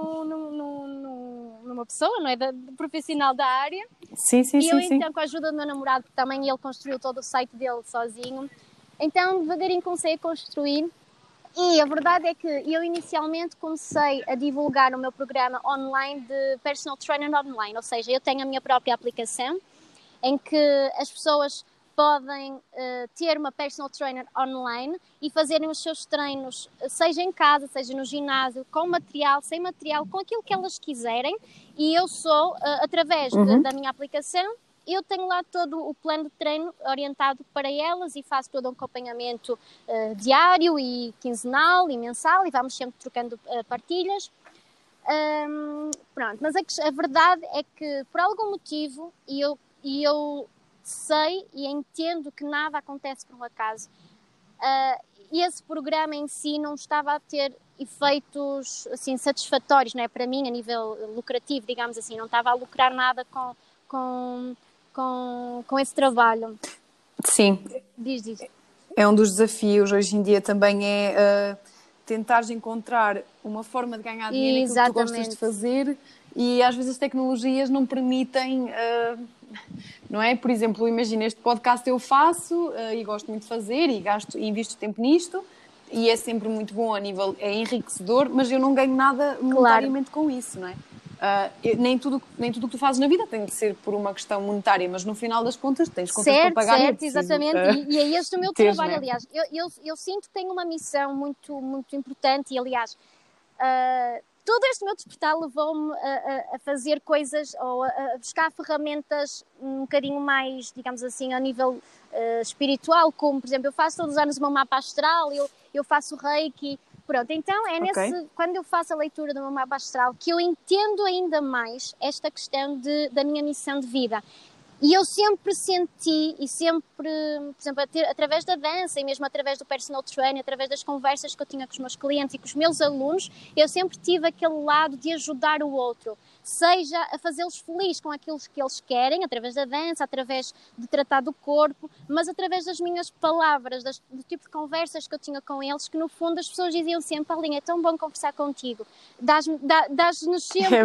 numa pessoa, não é? Profissional da área. Sim. Então, com a ajuda do meu namorado, porque também ele construiu todo o site dele sozinho, então devagarinho comecei a construir E a verdade é que eu inicialmente comecei a divulgar o meu programa online de Personal Trainer Online, ou seja, eu tenho a minha própria aplicação em que as pessoas podem ter uma personal trainer online e fazerem os seus treinos, seja em casa, seja no ginásio, com material, sem material, com aquilo que elas quiserem. E eu sou, através da minha aplicação, eu tenho lá todo o plano de treino orientado para elas e faço todo um acompanhamento diário e quinzenal e mensal e vamos sempre trocando partilhas. Pronto, mas a verdade é que por algum motivo, e eu sei e entendo que nada acontece por um acaso, esse programa em si não estava a ter efeitos assim, satisfatórios, não é? Para mim, a nível lucrativo, digamos assim, não estava a lucrar nada com esse trabalho. Sim. Diz. É um dos desafios hoje em dia também é tentares encontrar uma forma de ganhar dinheiro naquilo que tu gostas de fazer e às vezes as tecnologias não permitem, não é? Por exemplo, imagina, este podcast eu faço e gosto muito de fazer e invisto tempo nisto e é sempre muito bom a nível, é enriquecedor, mas eu não ganho nada monetariamente com isso, não é? Nem tudo o que tu fazes na vida tem de ser por uma questão monetária, mas no final das contas tens contas para pagar. Certo, exatamente, e é este o meu trabalho, né? aliás, eu sinto que tenho uma missão muito, muito importante e aliás, todo este meu despertar levou-me a fazer coisas ou a buscar ferramentas um bocadinho mais, digamos assim, a nível espiritual, como por exemplo, eu faço todos os anos o meu mapa astral, eu faço Reiki. Pronto, então é quando eu faço a leitura do meu mapa astral que eu entendo ainda mais esta questão da minha missão de vida. E eu sempre senti, e sempre, por exemplo, através da dança e mesmo através do personal training, através das conversas que eu tinha com os meus clientes e com os meus alunos, eu sempre tive aquele lado de ajudar o outro, seja a fazê-los felizes com aquilo que eles querem, através da dança, através de tratar do corpo, mas através das minhas palavras, do tipo de conversas que eu tinha com eles, que no fundo as pessoas diziam sempre: Paulinha, é tão bom conversar contigo, dás-nos sempre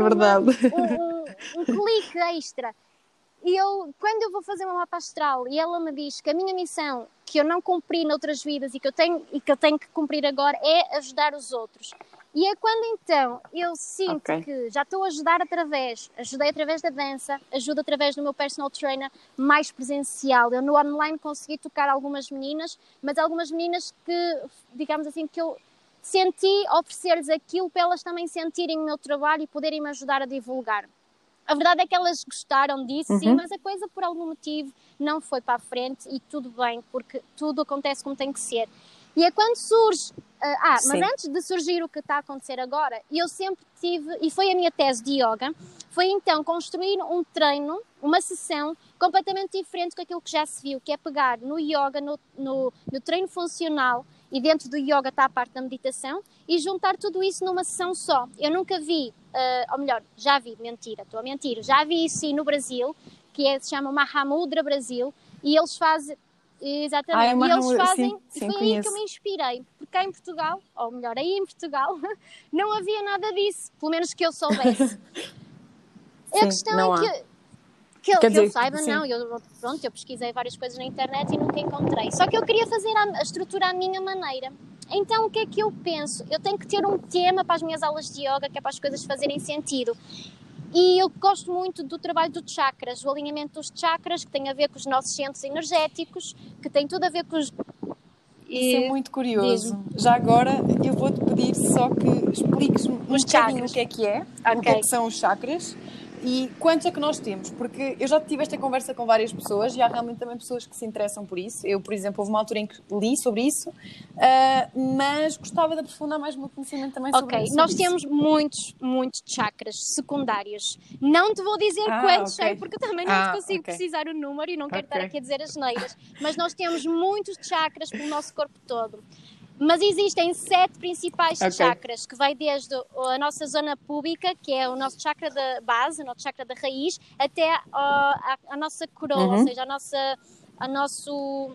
um clique extra. E quando eu vou fazer uma mapa astral e ela me diz que a minha missão, que eu não cumpri noutras vidas e que eu tenho que cumprir agora, é ajudar os outros. E é quando então eu sinto que já estou a ajudei através da dança, ajudo através do meu personal trainer mais presencial. Eu no online consegui tocar algumas meninas, mas algumas meninas que, digamos assim, que eu senti oferecer-lhes aquilo para elas também sentirem o meu trabalho e poderem me ajudar a divulgar. A verdade é que elas gostaram disso, sim, mas a coisa por algum motivo não foi para a frente e tudo bem, porque tudo acontece como tem que ser. E é quando surge... mas antes de surgir o que está a acontecer agora, eu sempre tive, e foi a minha tese de yoga, foi então construir um treino, uma sessão completamente diferente daquilo que já se viu, que é pegar no yoga, no treino funcional, e dentro do yoga está a parte da meditação, e juntar tudo isso numa sessão só. Eu nunca vi, ou melhor, já vi, estou a mentir, já vi isso no Brasil, que se chama Mahamudra Brasil, e eles fazem... Exatamente, e eles fazem, e foi aí que eu me inspirei, porque cá em Portugal, ou melhor, aí em Portugal, não havia nada disso, pelo menos que eu soubesse. A questão é que eu saiba, não, eu pesquisei várias coisas na internet e nunca encontrei, só que eu queria fazer a estrutura à minha maneira. Então o que é que eu penso? Eu tenho que ter um tema para as minhas aulas de yoga, que é para as coisas fazerem sentido. E eu gosto muito do trabalho dos chakras, o alinhamento dos chakras, que tem a ver com os nossos centros energéticos, que tem tudo a ver com os... Isso é muito curioso. Já agora eu vou-te pedir só que expliques um bocadinho o que é, o que são os chakras e quantos é que nós temos, porque eu já tive esta conversa com várias pessoas e há realmente também pessoas que se interessam por isso. Eu, por exemplo, houve uma altura em que li sobre isso, mas gostava de aprofundar mais o meu conhecimento também sobre isso. Nós temos muitos chakras secundários. Não te vou dizer quantos sei, porque também não te consigo precisar o número e não quero estar aqui a dizer as neiras, mas nós temos muitos chakras pelo nosso corpo todo. Mas existem 7 principais chakras, que vai desde a nossa zona púbica, que é o nosso chakra da base, o nosso chakra da raiz, até a nossa coroa, ou seja, a nossa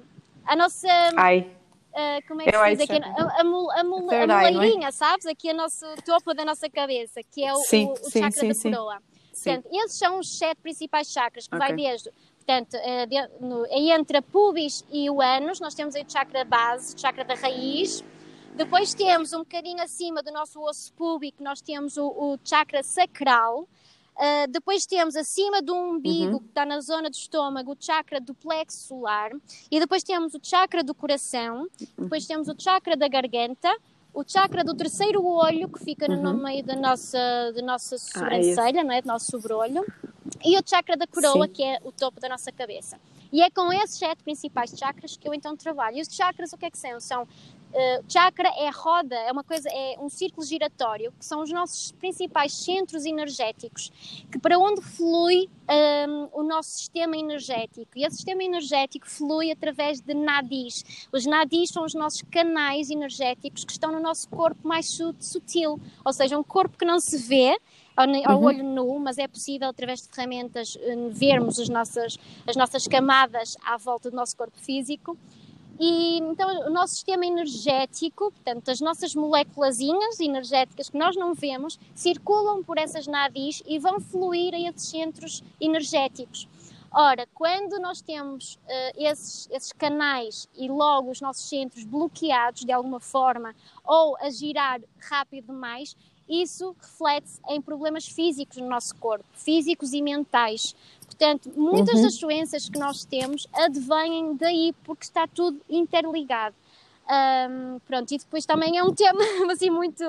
como é que se diz aqui? A moleirinha, sabes? Aqui o nosso topo da nossa cabeça, que é o chakra da coroa. Portanto, esses são os 7 principais chakras, que vai desde... Portanto, entre a pubis e o ânus, nós temos aí o chakra base, o chakra da raiz. Depois temos um bocadinho acima do nosso osso púbico, nós temos o chakra sacral. Depois temos acima do umbigo, que está na zona do estômago, o chakra do plexo solar. E depois temos o chakra do coração. Depois temos o chakra da garganta. O chakra do terceiro olho, que fica no meio da nossa sobrancelha, não é? Do nosso sobrolho. E o chakra da coroa, que é o topo da nossa cabeça. E é com esses 7 principais chakras que eu então trabalho. E os chakras, o que é que são? Chakra é roda, é um círculo giratório, que são os nossos principais centros energéticos, que para onde flui o nosso sistema energético. E esse sistema energético flui através de nadis. Os nadis são os nossos canais energéticos que estão no nosso corpo mais sutil, ou seja, um corpo que não se vê ao olho nu, mas é possível através de ferramentas vermos as nossas camadas à volta do nosso corpo físico. E então o nosso sistema energético, portanto as nossas moléculazinhas energéticas que nós não vemos, circulam por essas nadis e vão fluir a esses centros energéticos. Ora, quando nós temos esses canais e logo os nossos centros bloqueados de alguma forma ou a girar rápido demais, isso reflete-se em problemas físicos no nosso corpo, físicos e mentais. Portanto, muitas das doenças que nós temos advêm daí, porque está tudo interligado. Pronto, e depois também é um tema assim, muito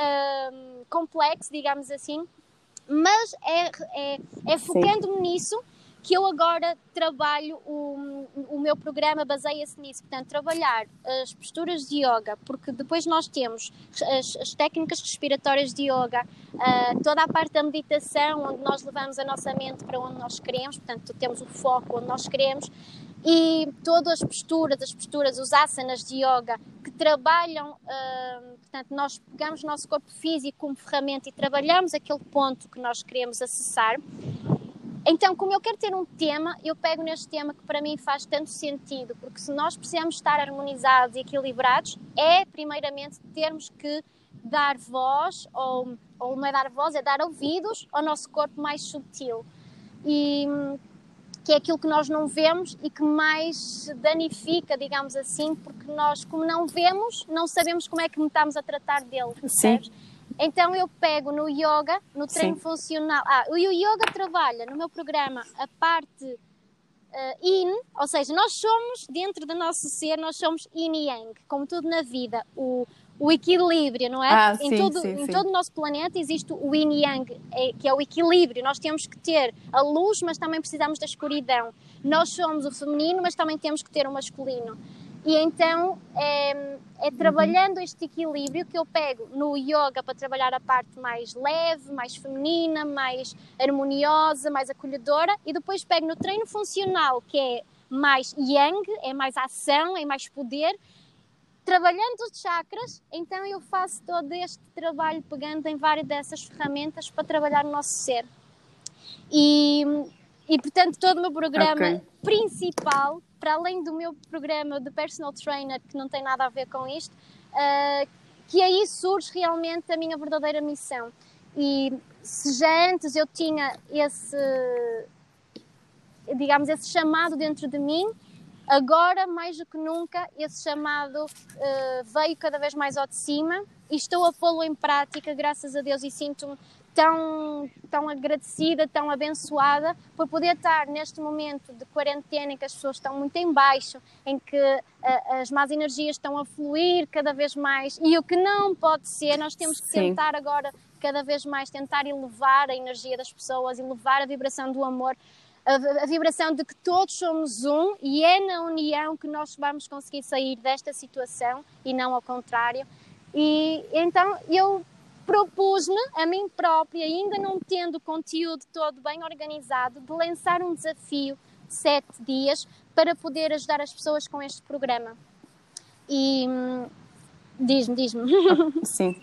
complexo, digamos assim, mas é focando-me nisso que eu agora trabalho, o meu programa baseia-se nisso, portanto, trabalhar as posturas de yoga, porque depois nós temos as técnicas respiratórias de yoga, toda a parte da meditação, onde nós levamos a nossa mente para onde nós queremos, portanto, temos o foco onde nós queremos, e todas as posturas, os asanas de yoga, que trabalham, portanto, nós pegamos o nosso corpo físico como ferramenta e trabalhamos aquele ponto que nós queremos acessar. Então, como eu quero ter um tema, eu pego neste tema que para mim faz tanto sentido, porque se nós precisamos estar harmonizados e equilibrados, primeiramente termos que dar voz, ou não é dar voz, é dar ouvidos ao nosso corpo mais sutil, e que é aquilo que nós não vemos e que mais danifica, digamos assim, porque nós, como não vemos, não sabemos como é que estamos a tratar dele, percebes? Então eu pego no yoga, no treino funcional. O yoga trabalha no meu programa a parte yin, ou seja, nós somos, dentro do nosso ser, nós somos yin e yang, como tudo na vida, o equilíbrio, não é? Em todo o nosso planeta existe o yin e yang, que é o equilíbrio. Nós temos que ter a luz, mas também precisamos da escuridão. Nós somos o feminino, mas também temos que ter o masculino. E então é trabalhando este equilíbrio que eu pego no yoga para trabalhar a parte mais leve, mais feminina, mais harmoniosa, mais acolhedora, e depois pego no treino funcional, que é mais yang, é mais ação, é mais poder, trabalhando os chakras. Então eu faço todo este trabalho pegando em várias dessas ferramentas para trabalhar o nosso ser. E portanto todo o meu programa principal, para além do meu programa de personal trainer, que não tem nada a ver com isto, que aí surge realmente a minha verdadeira missão. E se já antes eu tinha esse chamado dentro de mim, agora, mais do que nunca, esse chamado veio cada vez mais ao de cima e estou a pô-lo em prática, graças a Deus, e sinto-me tão agradecida, tão abençoada por poder estar neste momento de quarentena em que as pessoas estão muito em baixo, em que as más energias estão a fluir cada vez mais, e o que não pode ser, nós temos que tentar agora cada vez mais tentar elevar a energia das pessoas, elevar a vibração do amor, a vibração de que todos somos um, e é na união que nós vamos conseguir sair desta situação e não ao contrário. E então eu propus-me a mim própria, ainda não tendo o conteúdo todo bem organizado, de lançar um desafio de 7 dias para poder ajudar as pessoas com este programa. E diz-me. Sim.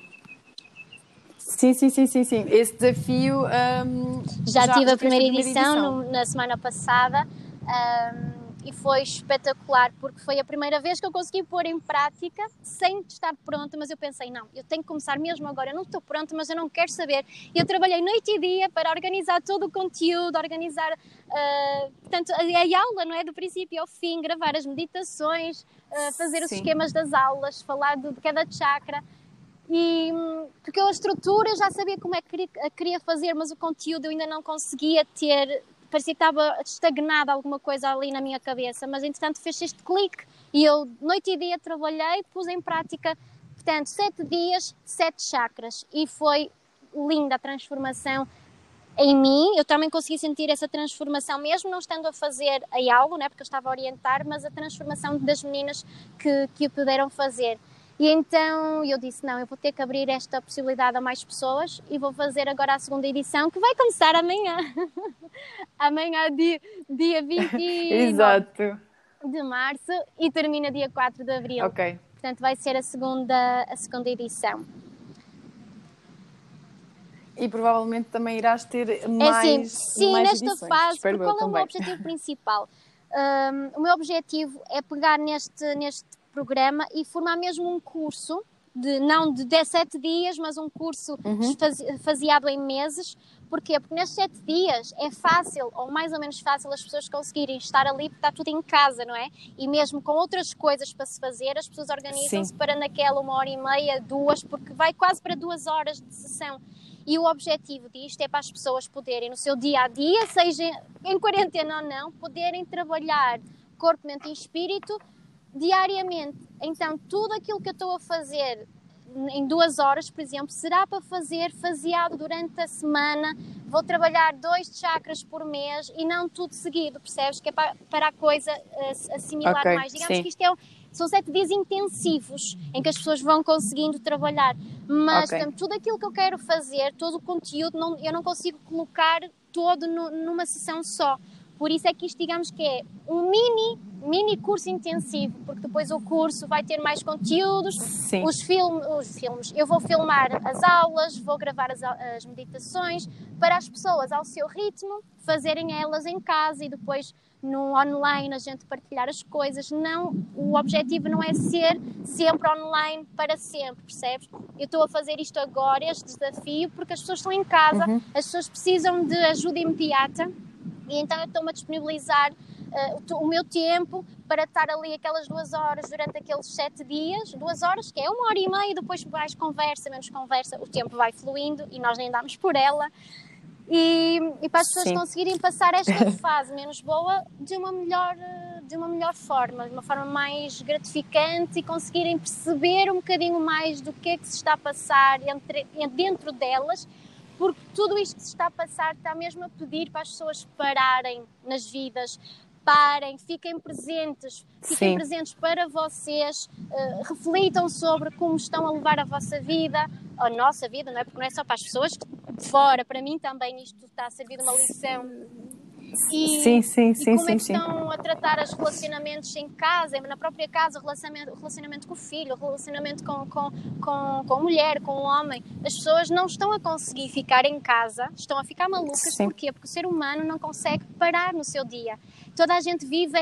Sim. Esse desafio... já tive a primeira edição na semana passada. e foi espetacular, porque foi a primeira vez que eu consegui pôr em prática sem estar pronta, mas eu pensei, não, eu tenho que começar mesmo agora, eu não estou pronta, mas eu não quero saber. Eu trabalhei noite e dia para organizar todo o conteúdo, organizar portanto, a aula, não é? Do princípio ao fim, gravar as meditações, fazer os esquemas das aulas, falar de cada chakra. E, porque a estrutura eu já sabia como é que queria fazer, mas o conteúdo eu ainda não conseguia ter, parecia que estava estagnada alguma coisa ali na minha cabeça, mas entretanto fez este clique e eu noite e dia trabalhei, pus em prática, portanto 7 dias, 7 chakras, e foi linda a transformação em mim. Eu também consegui sentir essa transformação, mesmo não estando a fazer a aula, né, porque eu estava a orientar, mas a transformação das meninas que o puderam fazer. E então eu disse, não, eu vou ter que abrir esta possibilidade a mais pessoas e vou fazer agora a segunda edição, que vai começar amanhã. Amanhã, dia 29 Exato. de março, e termina dia 4 de abril. Ok. Portanto, vai ser a segunda edição. E provavelmente também irás ter mais, sim, mais nesta edições. fase, Espero qual é também. o meu objetivo principal? O meu objetivo é pegar neste programa e formar mesmo um curso, não de 17 dias, mas um curso faseado em meses. Porquê? Porque nestes 7 dias é fácil, ou mais ou menos fácil, as pessoas conseguirem estar ali, porque está tudo em casa, não é? E mesmo com outras coisas para se fazer, as pessoas organizam-se para naquela 1h30, 2, porque vai quase para 2 horas de sessão. E o objetivo disto é para as pessoas poderem, no seu dia-a-dia, seja em quarentena ou não, poderem trabalhar corpo, mente e espírito diariamente. Então, tudo aquilo que eu estou a fazer em 2 horas, por exemplo, será para fazer faseado durante a semana. Vou trabalhar 2 chakras por mês e não tudo seguido, percebes? Que é para a coisa assimilar mais. Digamos que isto são 7 dias intensivos em que as pessoas vão conseguindo trabalhar. Mas tudo aquilo que eu quero fazer, todo o conteúdo, eu não consigo colocar todo numa sessão só. Por isso é que isto, digamos que é um mini curso intensivo, porque depois o curso vai ter mais conteúdos, os filmes. Eu vou filmar as aulas, vou gravar as meditações para as pessoas ao seu ritmo, fazerem elas em casa e depois no online a gente partilhar as coisas. Não, o objetivo não é ser sempre online para sempre, percebes? Eu estou a fazer isto agora, este desafio, porque as pessoas estão em casa, as pessoas precisam de ajuda imediata. E então eu estou-me a disponibilizar o meu tempo para estar ali aquelas 2 horas durante aqueles 7 dias. 2 horas, que é 1h30, depois mais conversa, menos conversa, o tempo vai fluindo e nós nem damos por ela. E para as pessoas conseguirem passar esta fase menos boa de uma melhor forma, de uma forma mais gratificante, e conseguirem perceber um bocadinho mais do que é que se está a passar dentro delas. Porque tudo isto que se está a passar está mesmo a pedir para as pessoas pararem nas vidas, fiquem presentes para vocês, reflitam sobre como estão a levar a vossa vida, a nossa vida, não é? Porque não é só para as pessoas de fora, para mim também isto está a servir de uma lição. E como é que estão a tratar os relacionamentos em casa, na própria casa, relacionamento com o filho, relacionamento com a mulher, com o homem. As pessoas não estão a conseguir ficar em casa, estão a ficar malucas. Porquê? Porque o ser humano não consegue parar no seu dia. Toda a gente vive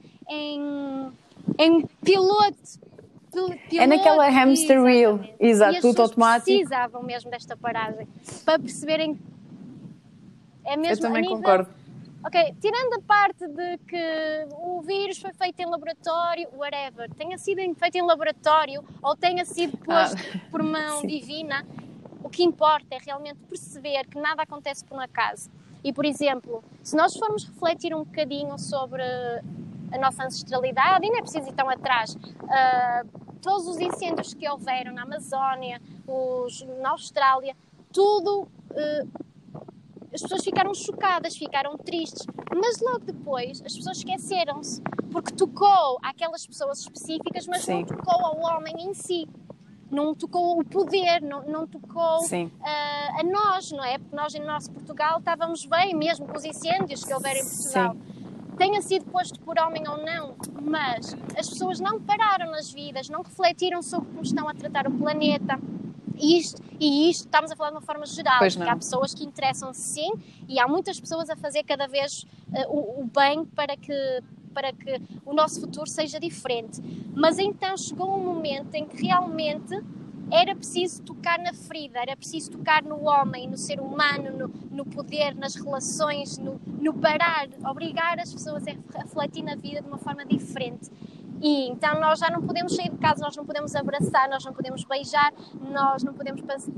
em piloto. É naquela hamster wheel, exato, tudo automático. Precisavam mesmo desta paragem para perceberem. É mesmo. Eu também concordo. Ok, tirando a parte de que o vírus foi feito em laboratório, whatever, tenha sido feito em laboratório ou tenha sido posto por mão divina, o que importa é realmente perceber que nada acontece por um acaso. E, por exemplo, se nós formos refletir um bocadinho sobre a nossa ancestralidade, e não é preciso ir tão atrás, todos os incêndios que houveram na Amazónia, na Austrália, tudo... as pessoas ficaram chocadas, ficaram tristes, mas logo depois as pessoas esqueceram-se, porque tocou àquelas pessoas específicas, mas não tocou ao homem em si, não tocou o poder, não tocou a nós, não é? Porque nós em nosso Portugal estávamos bem, mesmo com os incêndios que houveram em Portugal. Tenha sido posto por homem ou não, mas as pessoas não pararam nas vidas, não refletiram sobre como estão a tratar o planeta. E isto estamos a falar de uma forma geral, porque há pessoas que interessam-se sim, e há muitas pessoas a fazer cada vez o bem para que para que o nosso futuro seja diferente. Mas então chegou um momento em que realmente era preciso tocar na ferida, era preciso tocar no homem, no ser humano, no poder, nas relações, no parar, obrigar as pessoas a refletir na vida de uma forma diferente. E então nós já não podemos sair de casa, nós não podemos abraçar, nós não podemos beijar, nós não podemos passar.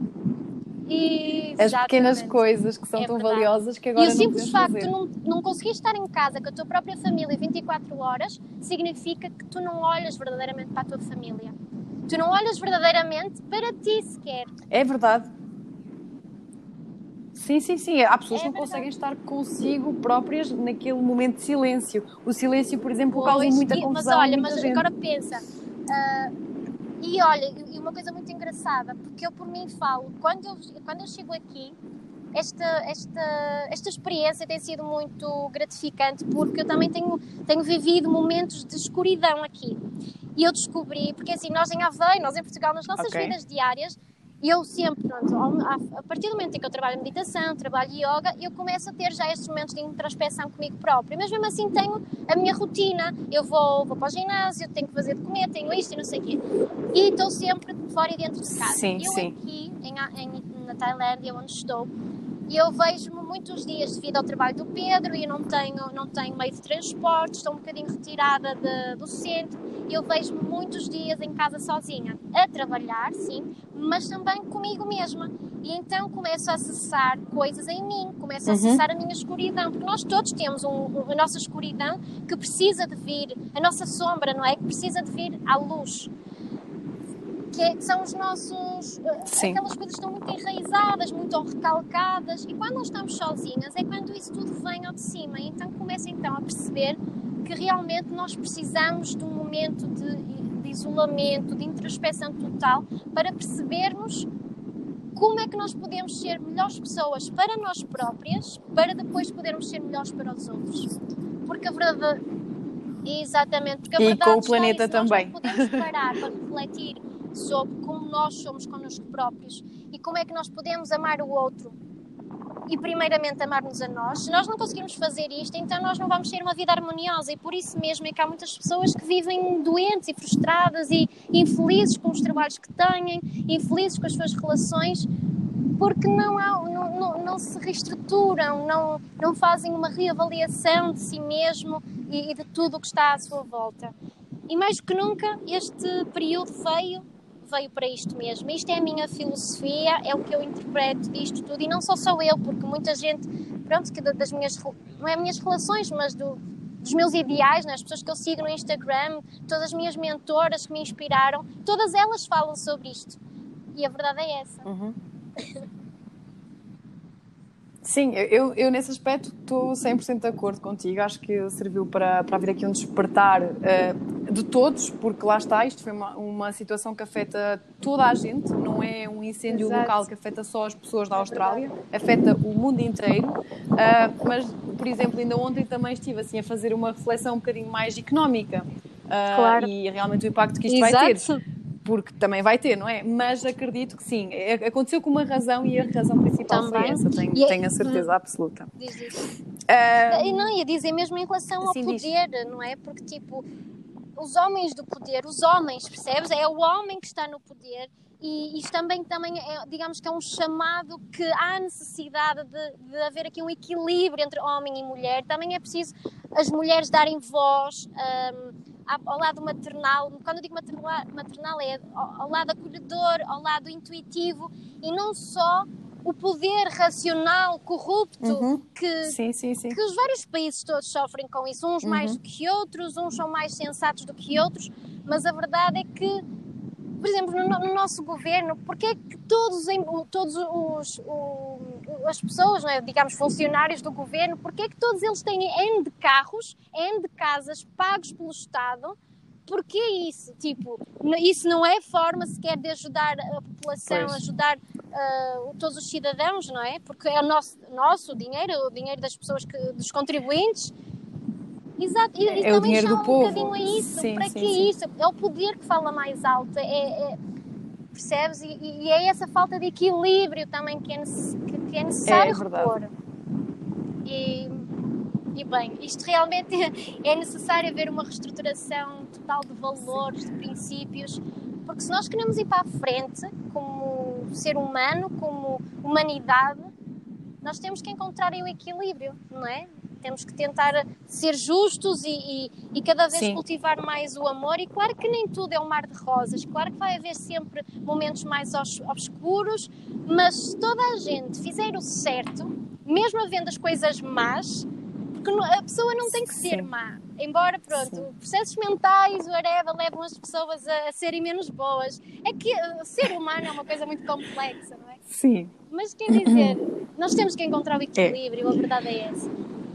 As pequenas coisas que são tão valiosas que agora não podemos fazer. E o simples facto de não conseguir estar em casa com a tua própria família 24 horas significa que tu não olhas verdadeiramente para a tua família. Tu não olhas verdadeiramente para ti sequer. É verdade. Sim. Há pessoas que não conseguem estar consigo próprias naquele momento de silêncio. O silêncio, por exemplo, causa muita confusão. Mas agora pensa... E olha, e uma coisa muito engraçada, porque eu por mim falo, quando eu chego aqui, esta experiência tem sido muito gratificante, porque eu também tenho vivido momentos de escuridão aqui. E eu descobri, porque assim, nós em Aveiro, nós em Portugal, nas nossas vidas diárias, eu sempre, pronto, a partir do momento em que eu trabalho meditação, trabalho yoga, eu começo a ter já estes momentos de introspeção comigo própria, mas mesmo assim tenho a minha rotina, eu vou para o ginásio, tenho que fazer de comer, tenho isto e não sei o quê, e estou sempre fora e dentro de casa. Aqui, na Tailândia, onde estou, eu vejo-me muitos dias devido ao trabalho do Pedro e não tenho meio de transporte, estou um bocadinho retirada do centro, eu vejo-me muitos dias em casa sozinha, a trabalhar, sim, mas também comigo mesma. E então começo a acessar coisas em mim, começo a acessar a minha escuridão, porque nós todos temos a nossa escuridão que precisa de vir, a nossa sombra, não é? Que precisa de vir à luz. Que são os nossos... Aquelas coisas que estão muito enraizadas, muito recalcadas, e quando nós estamos sozinhas é quando isso tudo vem ao de cima. E então começo então a perceber que realmente nós precisamos de um momento de isolamento, de introspeção total, para percebermos como é que nós podemos ser melhores pessoas para nós próprias, para depois podermos ser melhores para os outros. Porque a verdade... Exatamente, porque a verdade com o planeta também. Nós não podemos parar para refletir sobre como nós somos connosco próprios e como é que nós podemos amar o outro e primeiramente amar-nos a nós. Se nós não conseguirmos fazer isto, então nós não vamos ter uma vida harmoniosa, e por isso mesmo é que há muitas pessoas que vivem doentes e frustradas e infelizes com os trabalhos que têm, infelizes com as suas relações, porque não se reestruturam, não fazem uma reavaliação de si mesmo e de tudo o que está à sua volta. E mais do que nunca, este período veio para isto mesmo. Isto é a minha filosofia, é o que eu interpreto disto tudo, e não sou só eu, porque muita gente, pronto, que das minhas, não é minhas relações, mas dos meus ideais, né? As pessoas que eu sigo no Instagram, todas as minhas mentoras que me inspiraram, todas elas falam sobre isto. E a verdade é essa. Sim, eu nesse aspecto estou 100% de acordo contigo. Acho que serviu para haver aqui um despertar de todos, porque lá está, isto foi uma situação que afeta toda a gente, não é um incêndio local que afeta só as pessoas da Austrália, afeta o mundo inteiro. Mas, por exemplo, ainda ontem também estive assim, a fazer uma reflexão um bocadinho mais económica e realmente o impacto que isto vai ter. Porque também vai ter, não é? Mas acredito que sim, aconteceu com uma razão, e a razão principal foi essa, tenho a certeza absoluta. Diz isso. E não ia dizer mesmo em relação ao poder, não é? Porque tipo, os homens do poder, os homens, percebes? É o homem que está no poder, e isto também é, digamos que é um chamado que há necessidade de haver aqui um equilíbrio entre homem e mulher. Também é preciso as mulheres darem voz ao lado maternal. Quando eu digo maternal é ao lado acolhedor, ao lado intuitivo, e não só o poder racional corrupto que os vários países todos sofrem com isso, uns mais do que outros, uns são mais sensatos do que outros, mas a verdade é que, por exemplo, no nosso governo, porque é que as pessoas, né, digamos, funcionários do governo, porque é que todos eles têm N de carros, N de casas pagos pelo Estado? Porquê isso? Tipo, isso não é forma sequer de ajudar a população, ajudar todos os cidadãos, não é? Porque é o nosso dinheiro, o dinheiro das pessoas, dos contribuintes. Exato, e é o dinheiro do povo. Um bocadinho a isso. Para que isso? É o poder que fala mais alto, percebes? E é essa falta de equilíbrio também que é necessário repor. e bem, isto realmente é necessário haver uma reestruturação total de valores, de princípios, porque se nós queremos ir para a frente como ser humano, como humanidade, nós temos que encontrar o equilíbrio, não é? Temos que tentar ser justos e cada vez cultivar mais o amor. E claro que nem tudo é um mar de rosas. Claro que vai haver sempre momentos mais obscuros, mas se toda a gente fizer o certo, mesmo havendo as coisas más, porque a pessoa não tem que ser má. Embora, pronto, processos mentais, whatever, levam as pessoas a serem menos boas. É que ser humano é uma coisa muito complexa, não é? Sim. Mas quer dizer, nós temos que encontrar o equilíbrio, a verdade é essa.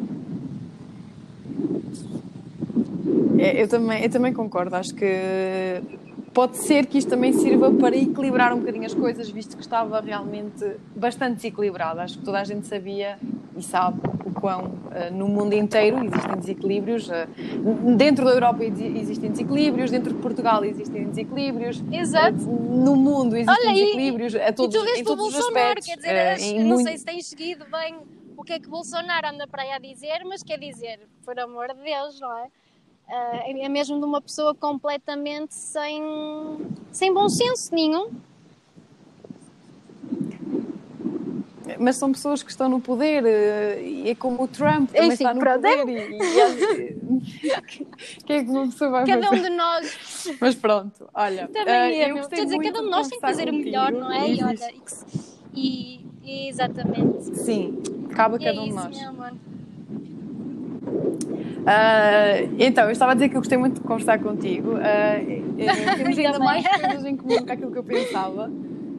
Eu também concordo, acho que pode ser que isto também sirva para equilibrar um bocadinho as coisas, visto que estava realmente bastante desequilibrado. Acho que toda a gente sabia e sabe o quão no mundo inteiro existem desequilíbrios. Dentro da Europa existem desequilíbrios, dentro de Portugal existem desequilíbrios. Exato. No mundo existem desequilíbrios em todos os aspectos. Quer dizer, não sei se tens seguido bem o que é que Bolsonaro anda para aí a dizer, mas quer dizer, por amor de Deus, não é? É mesmo de uma pessoa completamente sem bom senso nenhum. Mas são pessoas que estão no poder, e é como o Trump também está no poder. Que é que uma pessoa vai fazer? Cada um de nós. Mas pronto, olha. Também eu gostei muito. Cada um de nós tem que fazer o melhor, não é? Exatamente. Sim, cabe a cada um de nós. Meu amor. Então, eu estava a dizer que eu gostei muito de conversar contigo. Temos ainda mais coisas em comum do que aquilo que eu pensava.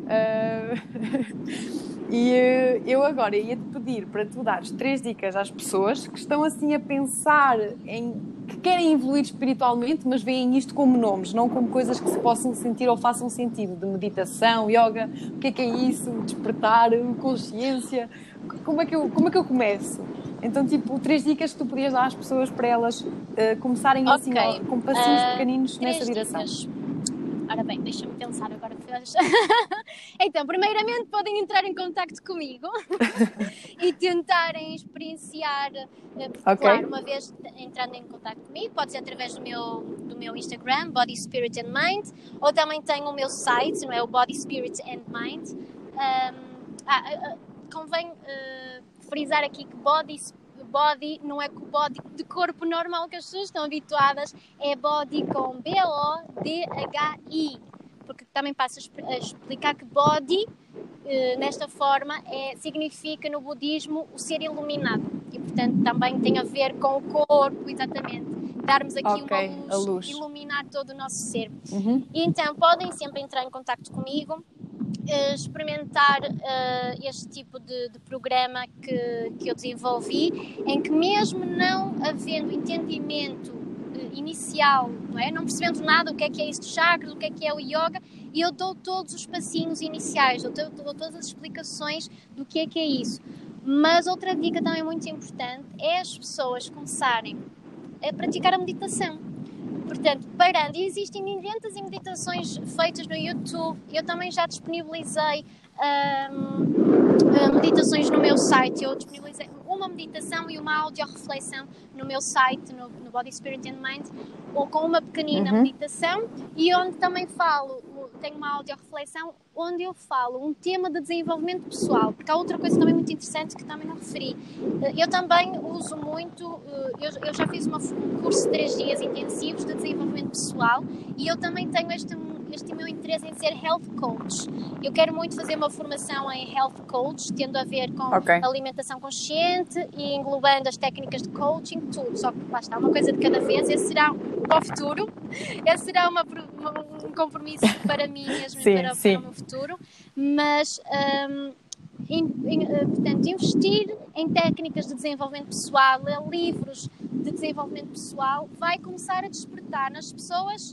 E eu agora ia-te pedir para tu dares 3 dicas às pessoas que estão assim a pensar que querem evoluir espiritualmente, mas veem isto como nomes, não como coisas que se possam sentir ou façam sentido, de meditação, yoga, o que é isso, despertar, consciência, como é que eu começo? Então, tipo, 3 dicas que tu podias dar às pessoas para elas começarem assim, com passinhos pequeninos nessa direção. Ora bem, deixa-me pensar agora. Então, primeiramente podem entrar em contacto comigo e tentarem experienciar, claro, uma vez entrando em contacto comigo, pode ser através do meu Instagram, Body, Spirit and Mind, ou também tenho o meu site, não é? O Body, Spirit and Mind. Convém frisar aqui que body não é com o body de corpo normal que as pessoas estão habituadas, é body com B-O-D-H-I, porque também passo a explicar que body, nesta forma, significa no budismo o ser iluminado e, portanto, também tem a ver com o corpo, exatamente, darmos aqui uma luz, iluminar todo o nosso ser. E então podem sempre entrar em contacto comigo, experimentar este tipo de programa que eu desenvolvi, em que mesmo não havendo entendimento inicial, não é? Não percebendo nada, o que é isto de chakras, o que é o yoga, e eu dou todos os passinhos iniciais, dou todas as explicações do que é isso. Mas outra dica também muito importante é as pessoas começarem a praticar a meditação. Portanto, parando, existem milhentas de meditações feitas no YouTube. Eu também já disponibilizei meditações no meu site. Eu disponibilizei uma meditação e uma audioreflexão no meu site, no Body, Spirit and Mind, ou com uma pequenina meditação, e onde também tenho uma audioreflexão onde eu falo um tema de desenvolvimento pessoal, porque há outra coisa também muito interessante que também não referi. Eu também uso muito, eu já fiz um curso de 3 dias intensivos de desenvolvimento pessoal, e eu também tenho este meu interesse em ser health coach. Eu quero muito fazer uma formação em health coach, tendo a ver com alimentação consciente e englobando as técnicas de coaching, tudo. Só que lá está, uma coisa de cada vez. Esse será para o futuro. Esse será um compromisso para mim mesmo, para o meu futuro. Mas, portanto, investir em técnicas de desenvolvimento pessoal, ler livros de desenvolvimento pessoal, vai começar a despertar nas pessoas.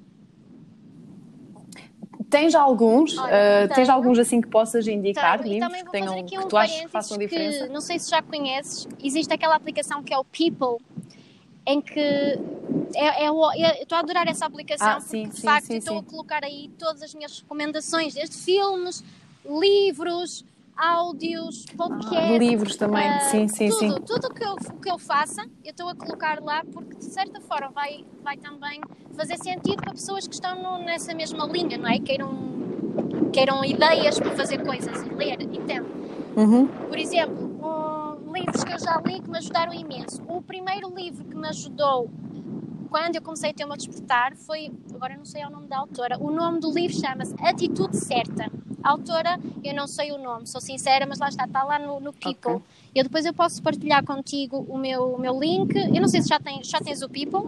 Tens alguns, tens alguns assim que possas indicar, livros que tu achas que façam diferença? Não sei se já conheces, existe aquela aplicação que é o People, em que eu estou a adorar essa aplicação, porque de facto estou a colocar aí todas as minhas recomendações, desde filmes, livros, áudios, podcasts, livros também, sim. Tudo o que eu faça, eu estou a colocar lá porque de certa forma vai também fazer sentido para pessoas que estão nessa mesma linha, não é? Queiram ideias para fazer coisas e ler, entende? Por exemplo, livros que eu já li que me ajudaram imenso. O primeiro livro que me ajudou quando eu comecei a ter o meu despertar foi, agora não sei o nome da autora, o nome do livro chama-se Atitude Certa. A autora, eu não sei o nome, sou sincera, mas lá está lá no People. Okay. Depois eu posso partilhar contigo o meu link. Eu não sei se já tens o People.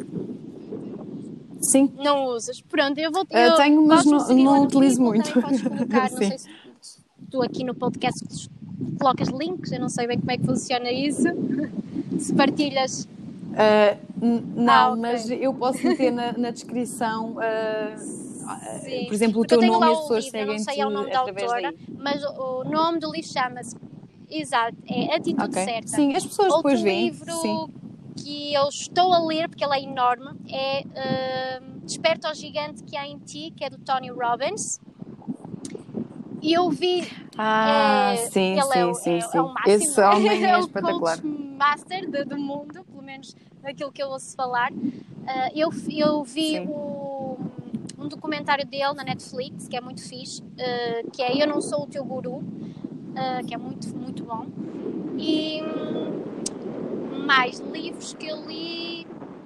Sim. Não usas. Pronto, eu tenho, mas não utilizo muito. Podes colocar, não sei se tu aqui no podcast colocas links, eu não sei bem como é que funciona isso. Se partilhas... não, okay. Mas eu posso meter na descrição, sim, por exemplo, o teu nome e as pessoas seguem-te. Eu não sei o nome da autora, mas o nome do livro chama-se, exato, é Atitude Certa. Sim, as pessoas Outro depois veem. Livro que eu estou a ler, porque ele é enorme, é Desperta ao Gigante que há em Ti, que é do Tony Robbins. E eu vi... sim. É o máximo. Esse homem é espetacular. É o coach master do mundo, pelo menos daquilo que eu ouço falar. Eu vi um documentário dele na Netflix, que é muito fixe, que é Eu Não Sou o Teu Guru, que é muito, muito bom. E mais livros que eu li...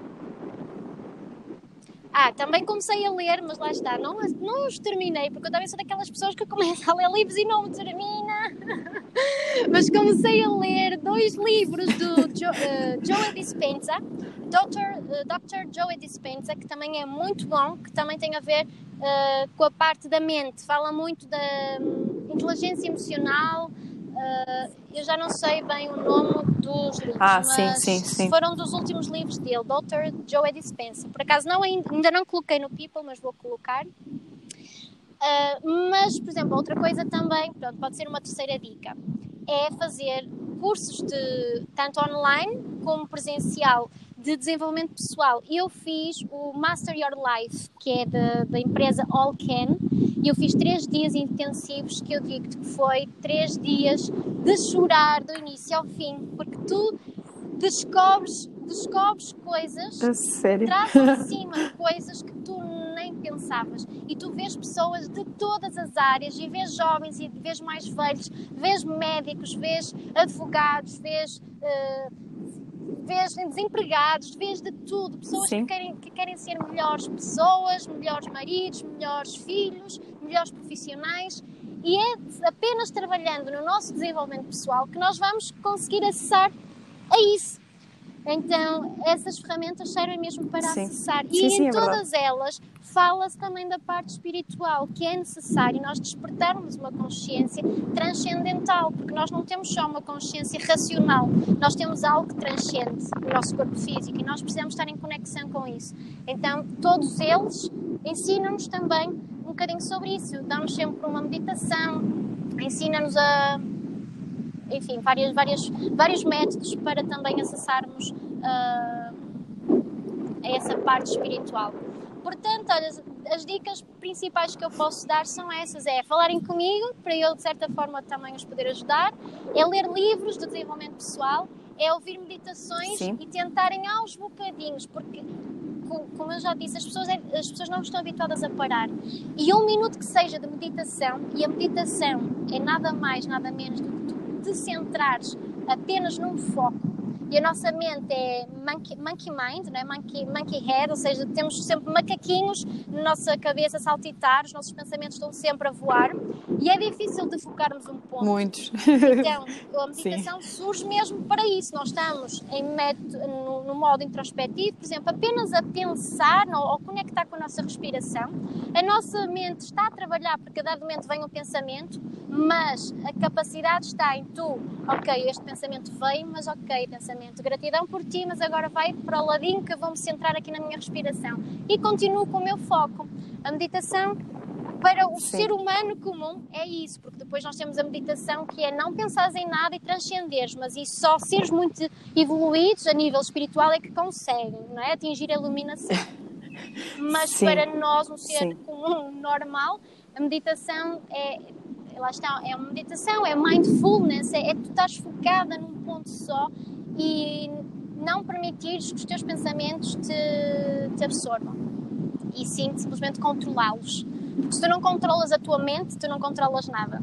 também comecei a ler, mas lá está, não os terminei, porque eu também sou daquelas pessoas que começam a ler livros e não termina. Mas comecei a ler 2 livros do Joe Dispenza, Dr. Joe Dispenza, que também é muito bom, que também tem a ver com a parte da mente, fala muito da inteligência emocional. Eu já não sei bem o nome dos livros, mas sim. Foram dos últimos livros dele, Dr. Joe Dispenza. Por acaso ainda não coloquei no People, mas vou colocar. Mas, por exemplo, outra coisa também, pode ser uma terceira dica, é fazer cursos tanto online como presencial de desenvolvimento pessoal. Eu fiz o Master Your Life, que é da empresa All Can, e eu fiz 3 dias intensivos, que eu digo-te que foi 3 dias de chorar do início ao fim, porque tu descobres coisas, trazem de cima coisas que tu nem pensavas, e tu vês pessoas de todas as áreas, e vês jovens e vês mais velhos, vês médicos, vês advogados, vês desempregados, vês de tudo, pessoas que querem ser melhores pessoas, melhores maridos, melhores filhos, melhores profissionais, e é apenas trabalhando no nosso desenvolvimento pessoal que nós vamos conseguir acessar a isso. Então, essas ferramentas servem mesmo para acessar. E em todas elas fala-se também da parte espiritual, que é necessário nós despertarmos uma consciência transcendental, porque nós não temos só uma consciência racional, nós temos algo que transcende o nosso corpo físico e nós precisamos estar em conexão com isso. Então, todos eles ensinam-nos também um bocadinho sobre isso, dão-nos sempre uma meditação, ensinam-nos enfim, vários métodos para também acessarmos a essa parte espiritual. Portanto, olha, as dicas principais que eu posso dar são essas: é falarem comigo, para eu de certa forma também os poder ajudar, é ler livros de desenvolvimento pessoal, é ouvir meditações e tentarem aos bocadinhos, porque, como eu já disse, as pessoas não estão habituadas a parar. E 1 minuto que seja de meditação, e a meditação é nada mais, nada menos do que tu te centrares apenas num foco, e a nossa mente é monkey mind, não é? Monkey head, ou seja, temos sempre macaquinhos na nossa cabeça a saltitar, os nossos pensamentos estão sempre a voar e é difícil de focarmos um ponto. Muitos. Então, a meditação surge mesmo para isso. Nós estamos no modo introspectivo, por exemplo, apenas a pensar ou conectar com a nossa respiração. A nossa mente está a trabalhar porque a dado momento vem um pensamento, mas a capacidade está em tu, ok, este pensamento veio, mas ok, pensamento, gratidão por ti, mas agora vai para o ladinho que eu vou me centrar aqui na minha respiração e continuo com o meu foco. A meditação para o ser humano comum é isso, porque depois nós temos a meditação que é não pensares em nada e transcenderes, mas isso só seres muito evoluídos a nível espiritual é que conseguem, não é? Atingir a iluminação. Mas para nós, um ser comum, normal, a meditação lá está, é uma meditação, é mindfulness, é tu estás focada num ponto só e não permitires que os teus pensamentos te absorvam. E sim, simplesmente controlá-los. Porque se tu não controlas a tua mente, tu não controlas nada.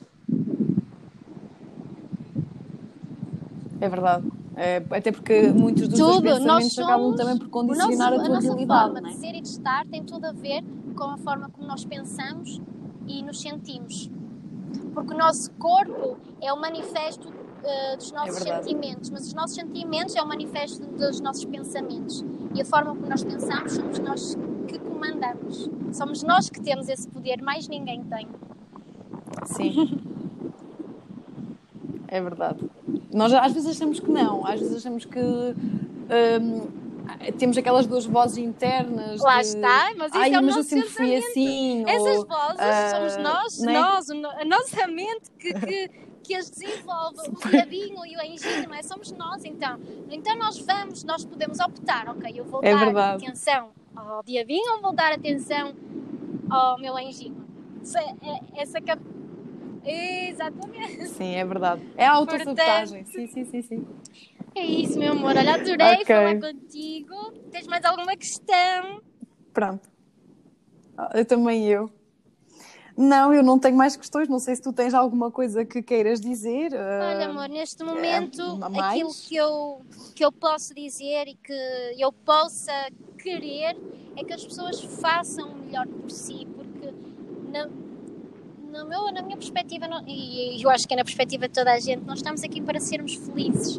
É verdade. Até porque muitos dos teus pensamentos acabam também por condicionar a tua realidade. A nossa forma de ser e de estar tem tudo a ver com a forma como nós pensamos e nos sentimos. Porque o nosso corpo é o manifesto dos nossos sentimentos, mas os nossos sentimentos é o manifesto dos nossos pensamentos. E a forma como nós pensamos somos nós que comandamos. Somos nós que temos esse poder, mais ninguém tem. Sim. É verdade. Nós às vezes achamos que não, às vezes achamos que temos aquelas duas vozes internas. Lá está, mas isso é o nosso eu sempre fui assim. Essas vozes somos nós, a nossa mente que as desenvolve, o diabinho e o anjinho, não é? Somos nós, então nós podemos optar, ok, eu vou dar atenção ao diabinho ou vou dar atenção ao meu anjinho? Exatamente. Sim, é verdade. É a autossabotagem. Sim. É isso, meu amor. Olha, adorei falar contigo. Tens mais alguma questão? Pronto. Eu. Não, eu não tenho mais questões. Não sei se tu tens alguma coisa que queiras dizer. Olha, amor, neste momento, aquilo que eu posso dizer e que eu possa querer é que as pessoas façam o melhor por si, porque na minha perspectiva, e eu acho que é na perspectiva de toda a gente, nós estamos aqui para sermos felizes.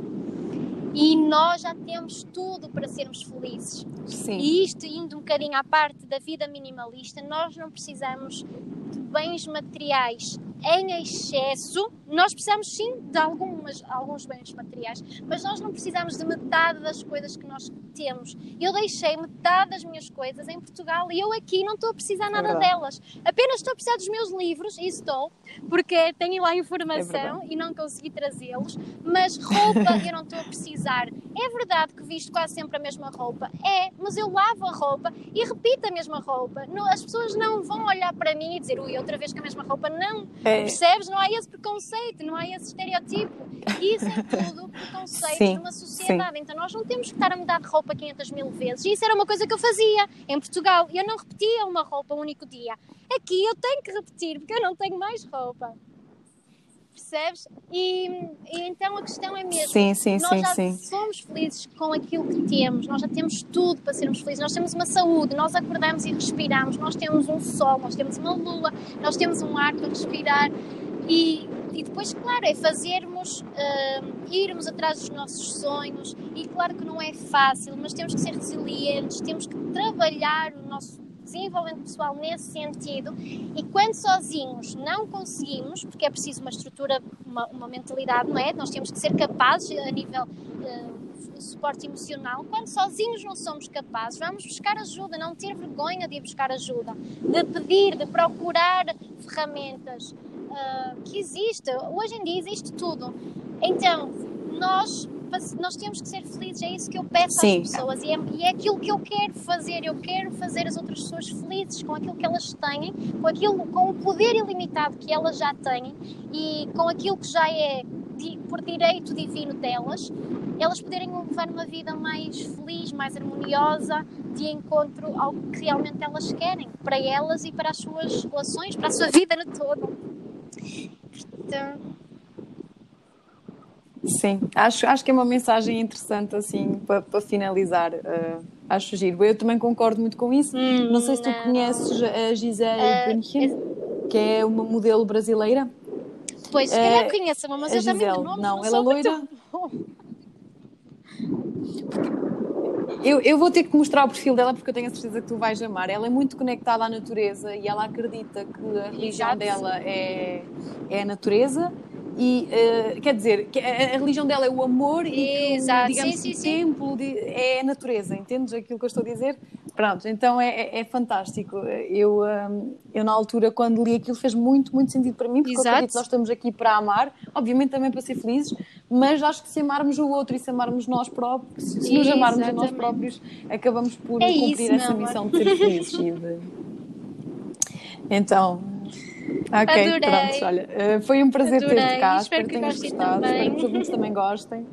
E nós já temos tudo para sermos felizes. Sim. E isto, indo um bocadinho à parte da vida minimalista, nós não precisamos de bens materiais em excesso. Nós precisamos sim de alguns bens materiais, mas nós não precisamos de metade das coisas que nós temos. Eu deixei metade das minhas coisas em Portugal e eu aqui não estou a precisar nada delas. Apenas estou a precisar dos meus livros, e estou, porque tenho lá informação e não consegui trazê-los, mas roupa eu não estou a precisar. É verdade que visto quase sempre a mesma roupa, mas eu lavo a roupa e repito a mesma roupa. As pessoas não vão olhar para mim e dizer, ui, outra vez com a mesma roupa. Não, percebes? Não há esse preconceito, não há esse estereotipo. E isso é tudo preconceito numa sociedade. Então nós não temos que estar a mudar de roupa 500.000 vezes. E isso era uma coisa que eu fazia em Portugal. Eu não repetia uma roupa um único dia. Aqui eu tenho que repetir, porque eu não tenho mais roupa. Percebes? E então a questão é mesmo, nós já somos felizes com aquilo que temos, nós já temos tudo para sermos felizes, nós temos uma saúde, nós acordamos e respiramos, nós temos um sol, nós temos uma lua, nós temos um ar para respirar e depois, claro, é fazermos, irmos atrás dos nossos sonhos e claro que não é fácil, mas temos que ser resilientes, temos que trabalhar o nosso desenvolvimento pessoal nesse sentido e quando sozinhos não conseguimos, porque é preciso uma estrutura, uma mentalidade, não é? Nós temos que ser capazes a nível suporte emocional, quando sozinhos não somos capazes, vamos buscar ajuda, não ter vergonha de ir buscar ajuda, de pedir, de procurar ferramentas que existem, hoje em dia existe tudo, então nós temos que ser felizes, é isso que eu peço às pessoas e é aquilo que eu quero fazer as outras pessoas felizes com aquilo que elas têm, com o poder ilimitado que elas já têm e com aquilo que já é por direito divino delas, elas poderem levar uma vida mais feliz, mais harmoniosa, de encontro ao que realmente elas querem, para elas e para as suas relações, para a sua vida no todo. Então... Sim, acho que é uma mensagem interessante assim para finalizar. Acho giro. Eu também concordo muito com isso. Não sei se tu conheces a Gisele Bündchen, que é uma modelo brasileira. Pois, se calhar conheço, mas eu também de nomes não ela é loira. Eu vou ter que mostrar o perfil dela porque eu tenho a certeza que tu vais amar. Ela é muito conectada à natureza e ela acredita que a religião dela é a natureza. E, quer dizer, que a religião dela é o amor e digamos que o templo é a natureza, entendes aquilo que eu estou a dizer? Pronto, então é fantástico. Eu na altura, quando li aquilo, fez muito, muito sentido para mim, porque eu acredito que nós estamos aqui para amar, obviamente também para ser felizes, mas acho que se amarmos o outro e se amarmos nós próprios, se nos amarmos a nós próprios, acabamos por cumprir essa missão de ser felizes. Então... Ok, Adorei. pronto, olha, foi um prazer ter-te cá, Espero espero que que tenhas gostem gostado, espero também. que os ouvintes também gostem.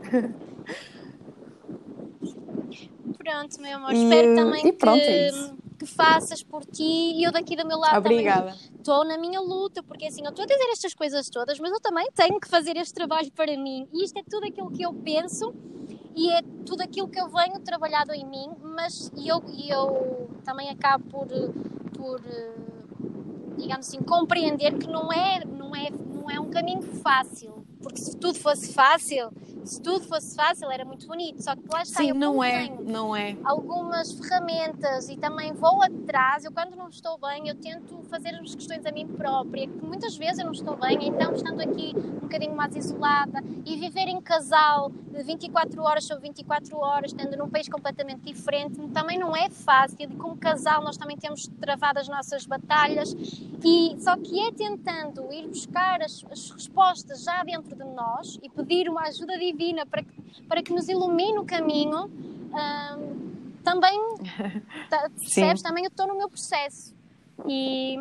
Pronto, meu amor, espero também E pronto, é isso. que faças por ti, e eu daqui do meu lado também Obrigada. estou na minha luta, porque assim, eu estou a dizer estas coisas todas, mas eu também tenho que fazer este trabalho para mim, e isto é tudo aquilo que eu penso e é tudo aquilo que eu venho trabalhado em mim, mas eu também acabo por digamos assim, compreender que não é um caminho fácil, porque se tudo fosse fácil era muito bonito, só que lá está, Sim, eu não como é, tenho não é. algumas ferramentas e também vou atrás, eu quando não estou bem, eu tento fazer as questões a mim própria, que muitas vezes eu não estou bem, então estando aqui um bocadinho mais isolada e viver em casal de 24 horas sobre 24 horas, estando num país completamente diferente, também não é fácil, e como casal nós também temos travado as nossas batalhas, e só que é tentando ir buscar as respostas já dentro de nós e pedir uma ajuda divina para que nos ilumine o caminho. Também, percebes? Sim. Também eu estou no meu processo. E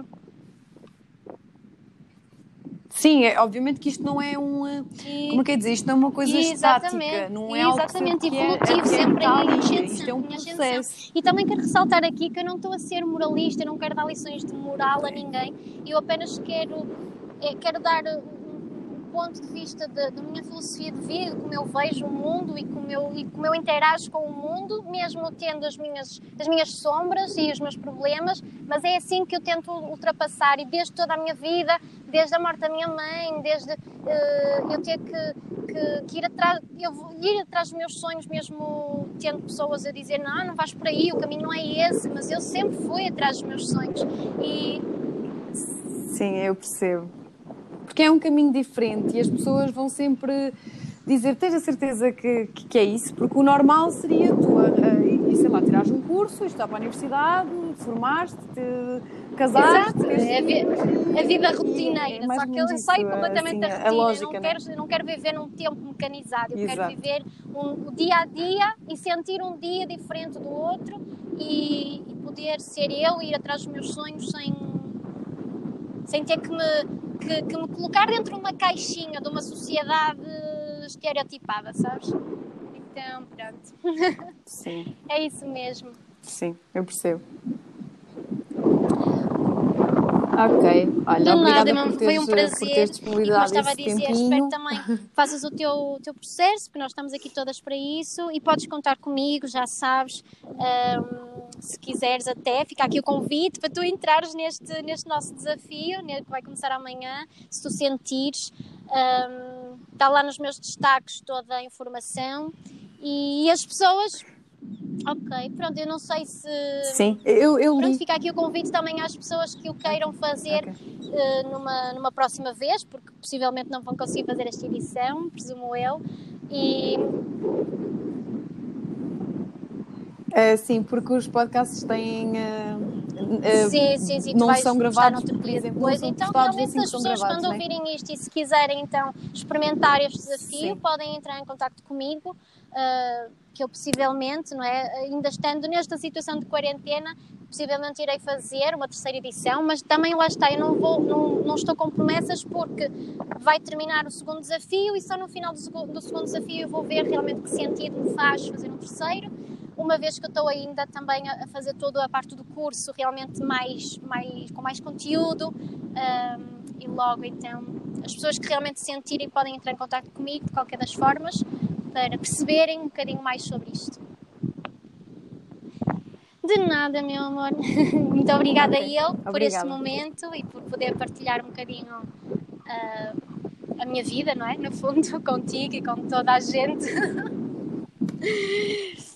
Sim, obviamente que isto não é como quer dizer, isto não é uma coisa estática, não é algo exatamente, que é evolutivo, sempre está em ali, ascensão, isto é um processo. E também quero ressaltar aqui que eu não estou a ser moralista, eu não quero dar lições de moral a ninguém, eu apenas quero dar um ponto de vista da minha filosofia de vida, como eu vejo o mundo e como eu interajo com o mundo, mesmo tendo as minhas sombras e os meus problemas, mas é assim que eu tento ultrapassar, e desde toda a minha vida, desde a morte da minha mãe, desde eu ter que ir atrás dos meus sonhos, mesmo tendo pessoas a dizer não vais por aí, o caminho não é esse, mas eu sempre fui atrás dos meus sonhos. E sim, eu percebo. Porque é um caminho diferente e as pessoas vão sempre dizer, tens a certeza que é isso? Porque o normal seria tu, sei lá, tirares um curso, estudar para a universidade, formaste-te, casaste, a vida rotineira, mais só ou que eu menos saio isso, completamente assim, da a rotina, lógica, eu não quero viver num tempo mecanizado, eu quero Exato. viver o dia a dia e sentir um dia diferente do outro e poder ser eu e ir atrás dos meus sonhos sem ter que me colocar dentro de uma caixinha de uma sociedade estereotipada, sabes? Então, pronto. Sim. É isso mesmo. Sim, eu percebo. Ok, olha, obrigada por foi um prazer, por teres e como eu disponibilidade estava a esse dizer, tempinho. espero também faças o teu processo, porque nós estamos aqui todas para isso, e podes contar comigo, já sabes, se quiseres até, fica aqui o convite para tu entrares neste nosso desafio, que vai começar amanhã, se tu sentires, está lá nos meus destaques toda a informação, e as pessoas... Ok, pronto, eu não sei se... Sim, eu li. Pronto, fica aqui o convite também às pessoas que o queiram fazer numa próxima vez, porque possivelmente não vão conseguir fazer esta edição, presumo eu, e... Sim, porque os podcasts têm... sim, não são gravados, noutro por dia exemplo, depois. não são Então, postados realmente, assim que as são pessoas, gravados, quando né? ouvirem isto e se quiserem, então, experimentar este desafio, Sim. podem entrar em contacto comigo, que eu possivelmente, não é, ainda estando nesta situação de quarentena, possivelmente irei fazer uma terceira edição, mas também lá está, eu não estou com promessas, porque vai terminar o segundo desafio e só no final do segundo desafio eu vou ver realmente que sentido me faz fazer um terceiro, uma vez que eu estou ainda também a fazer toda a parte do curso realmente com mais conteúdo, e logo então as pessoas que realmente sentirem podem entrar em contacto comigo de qualquer das formas para perceberem um bocadinho mais sobre isto. De nada, meu amor. Muito obrigada a ele por este momento e por poder partilhar um bocadinho a minha vida, não é? No fundo, contigo e com toda a gente.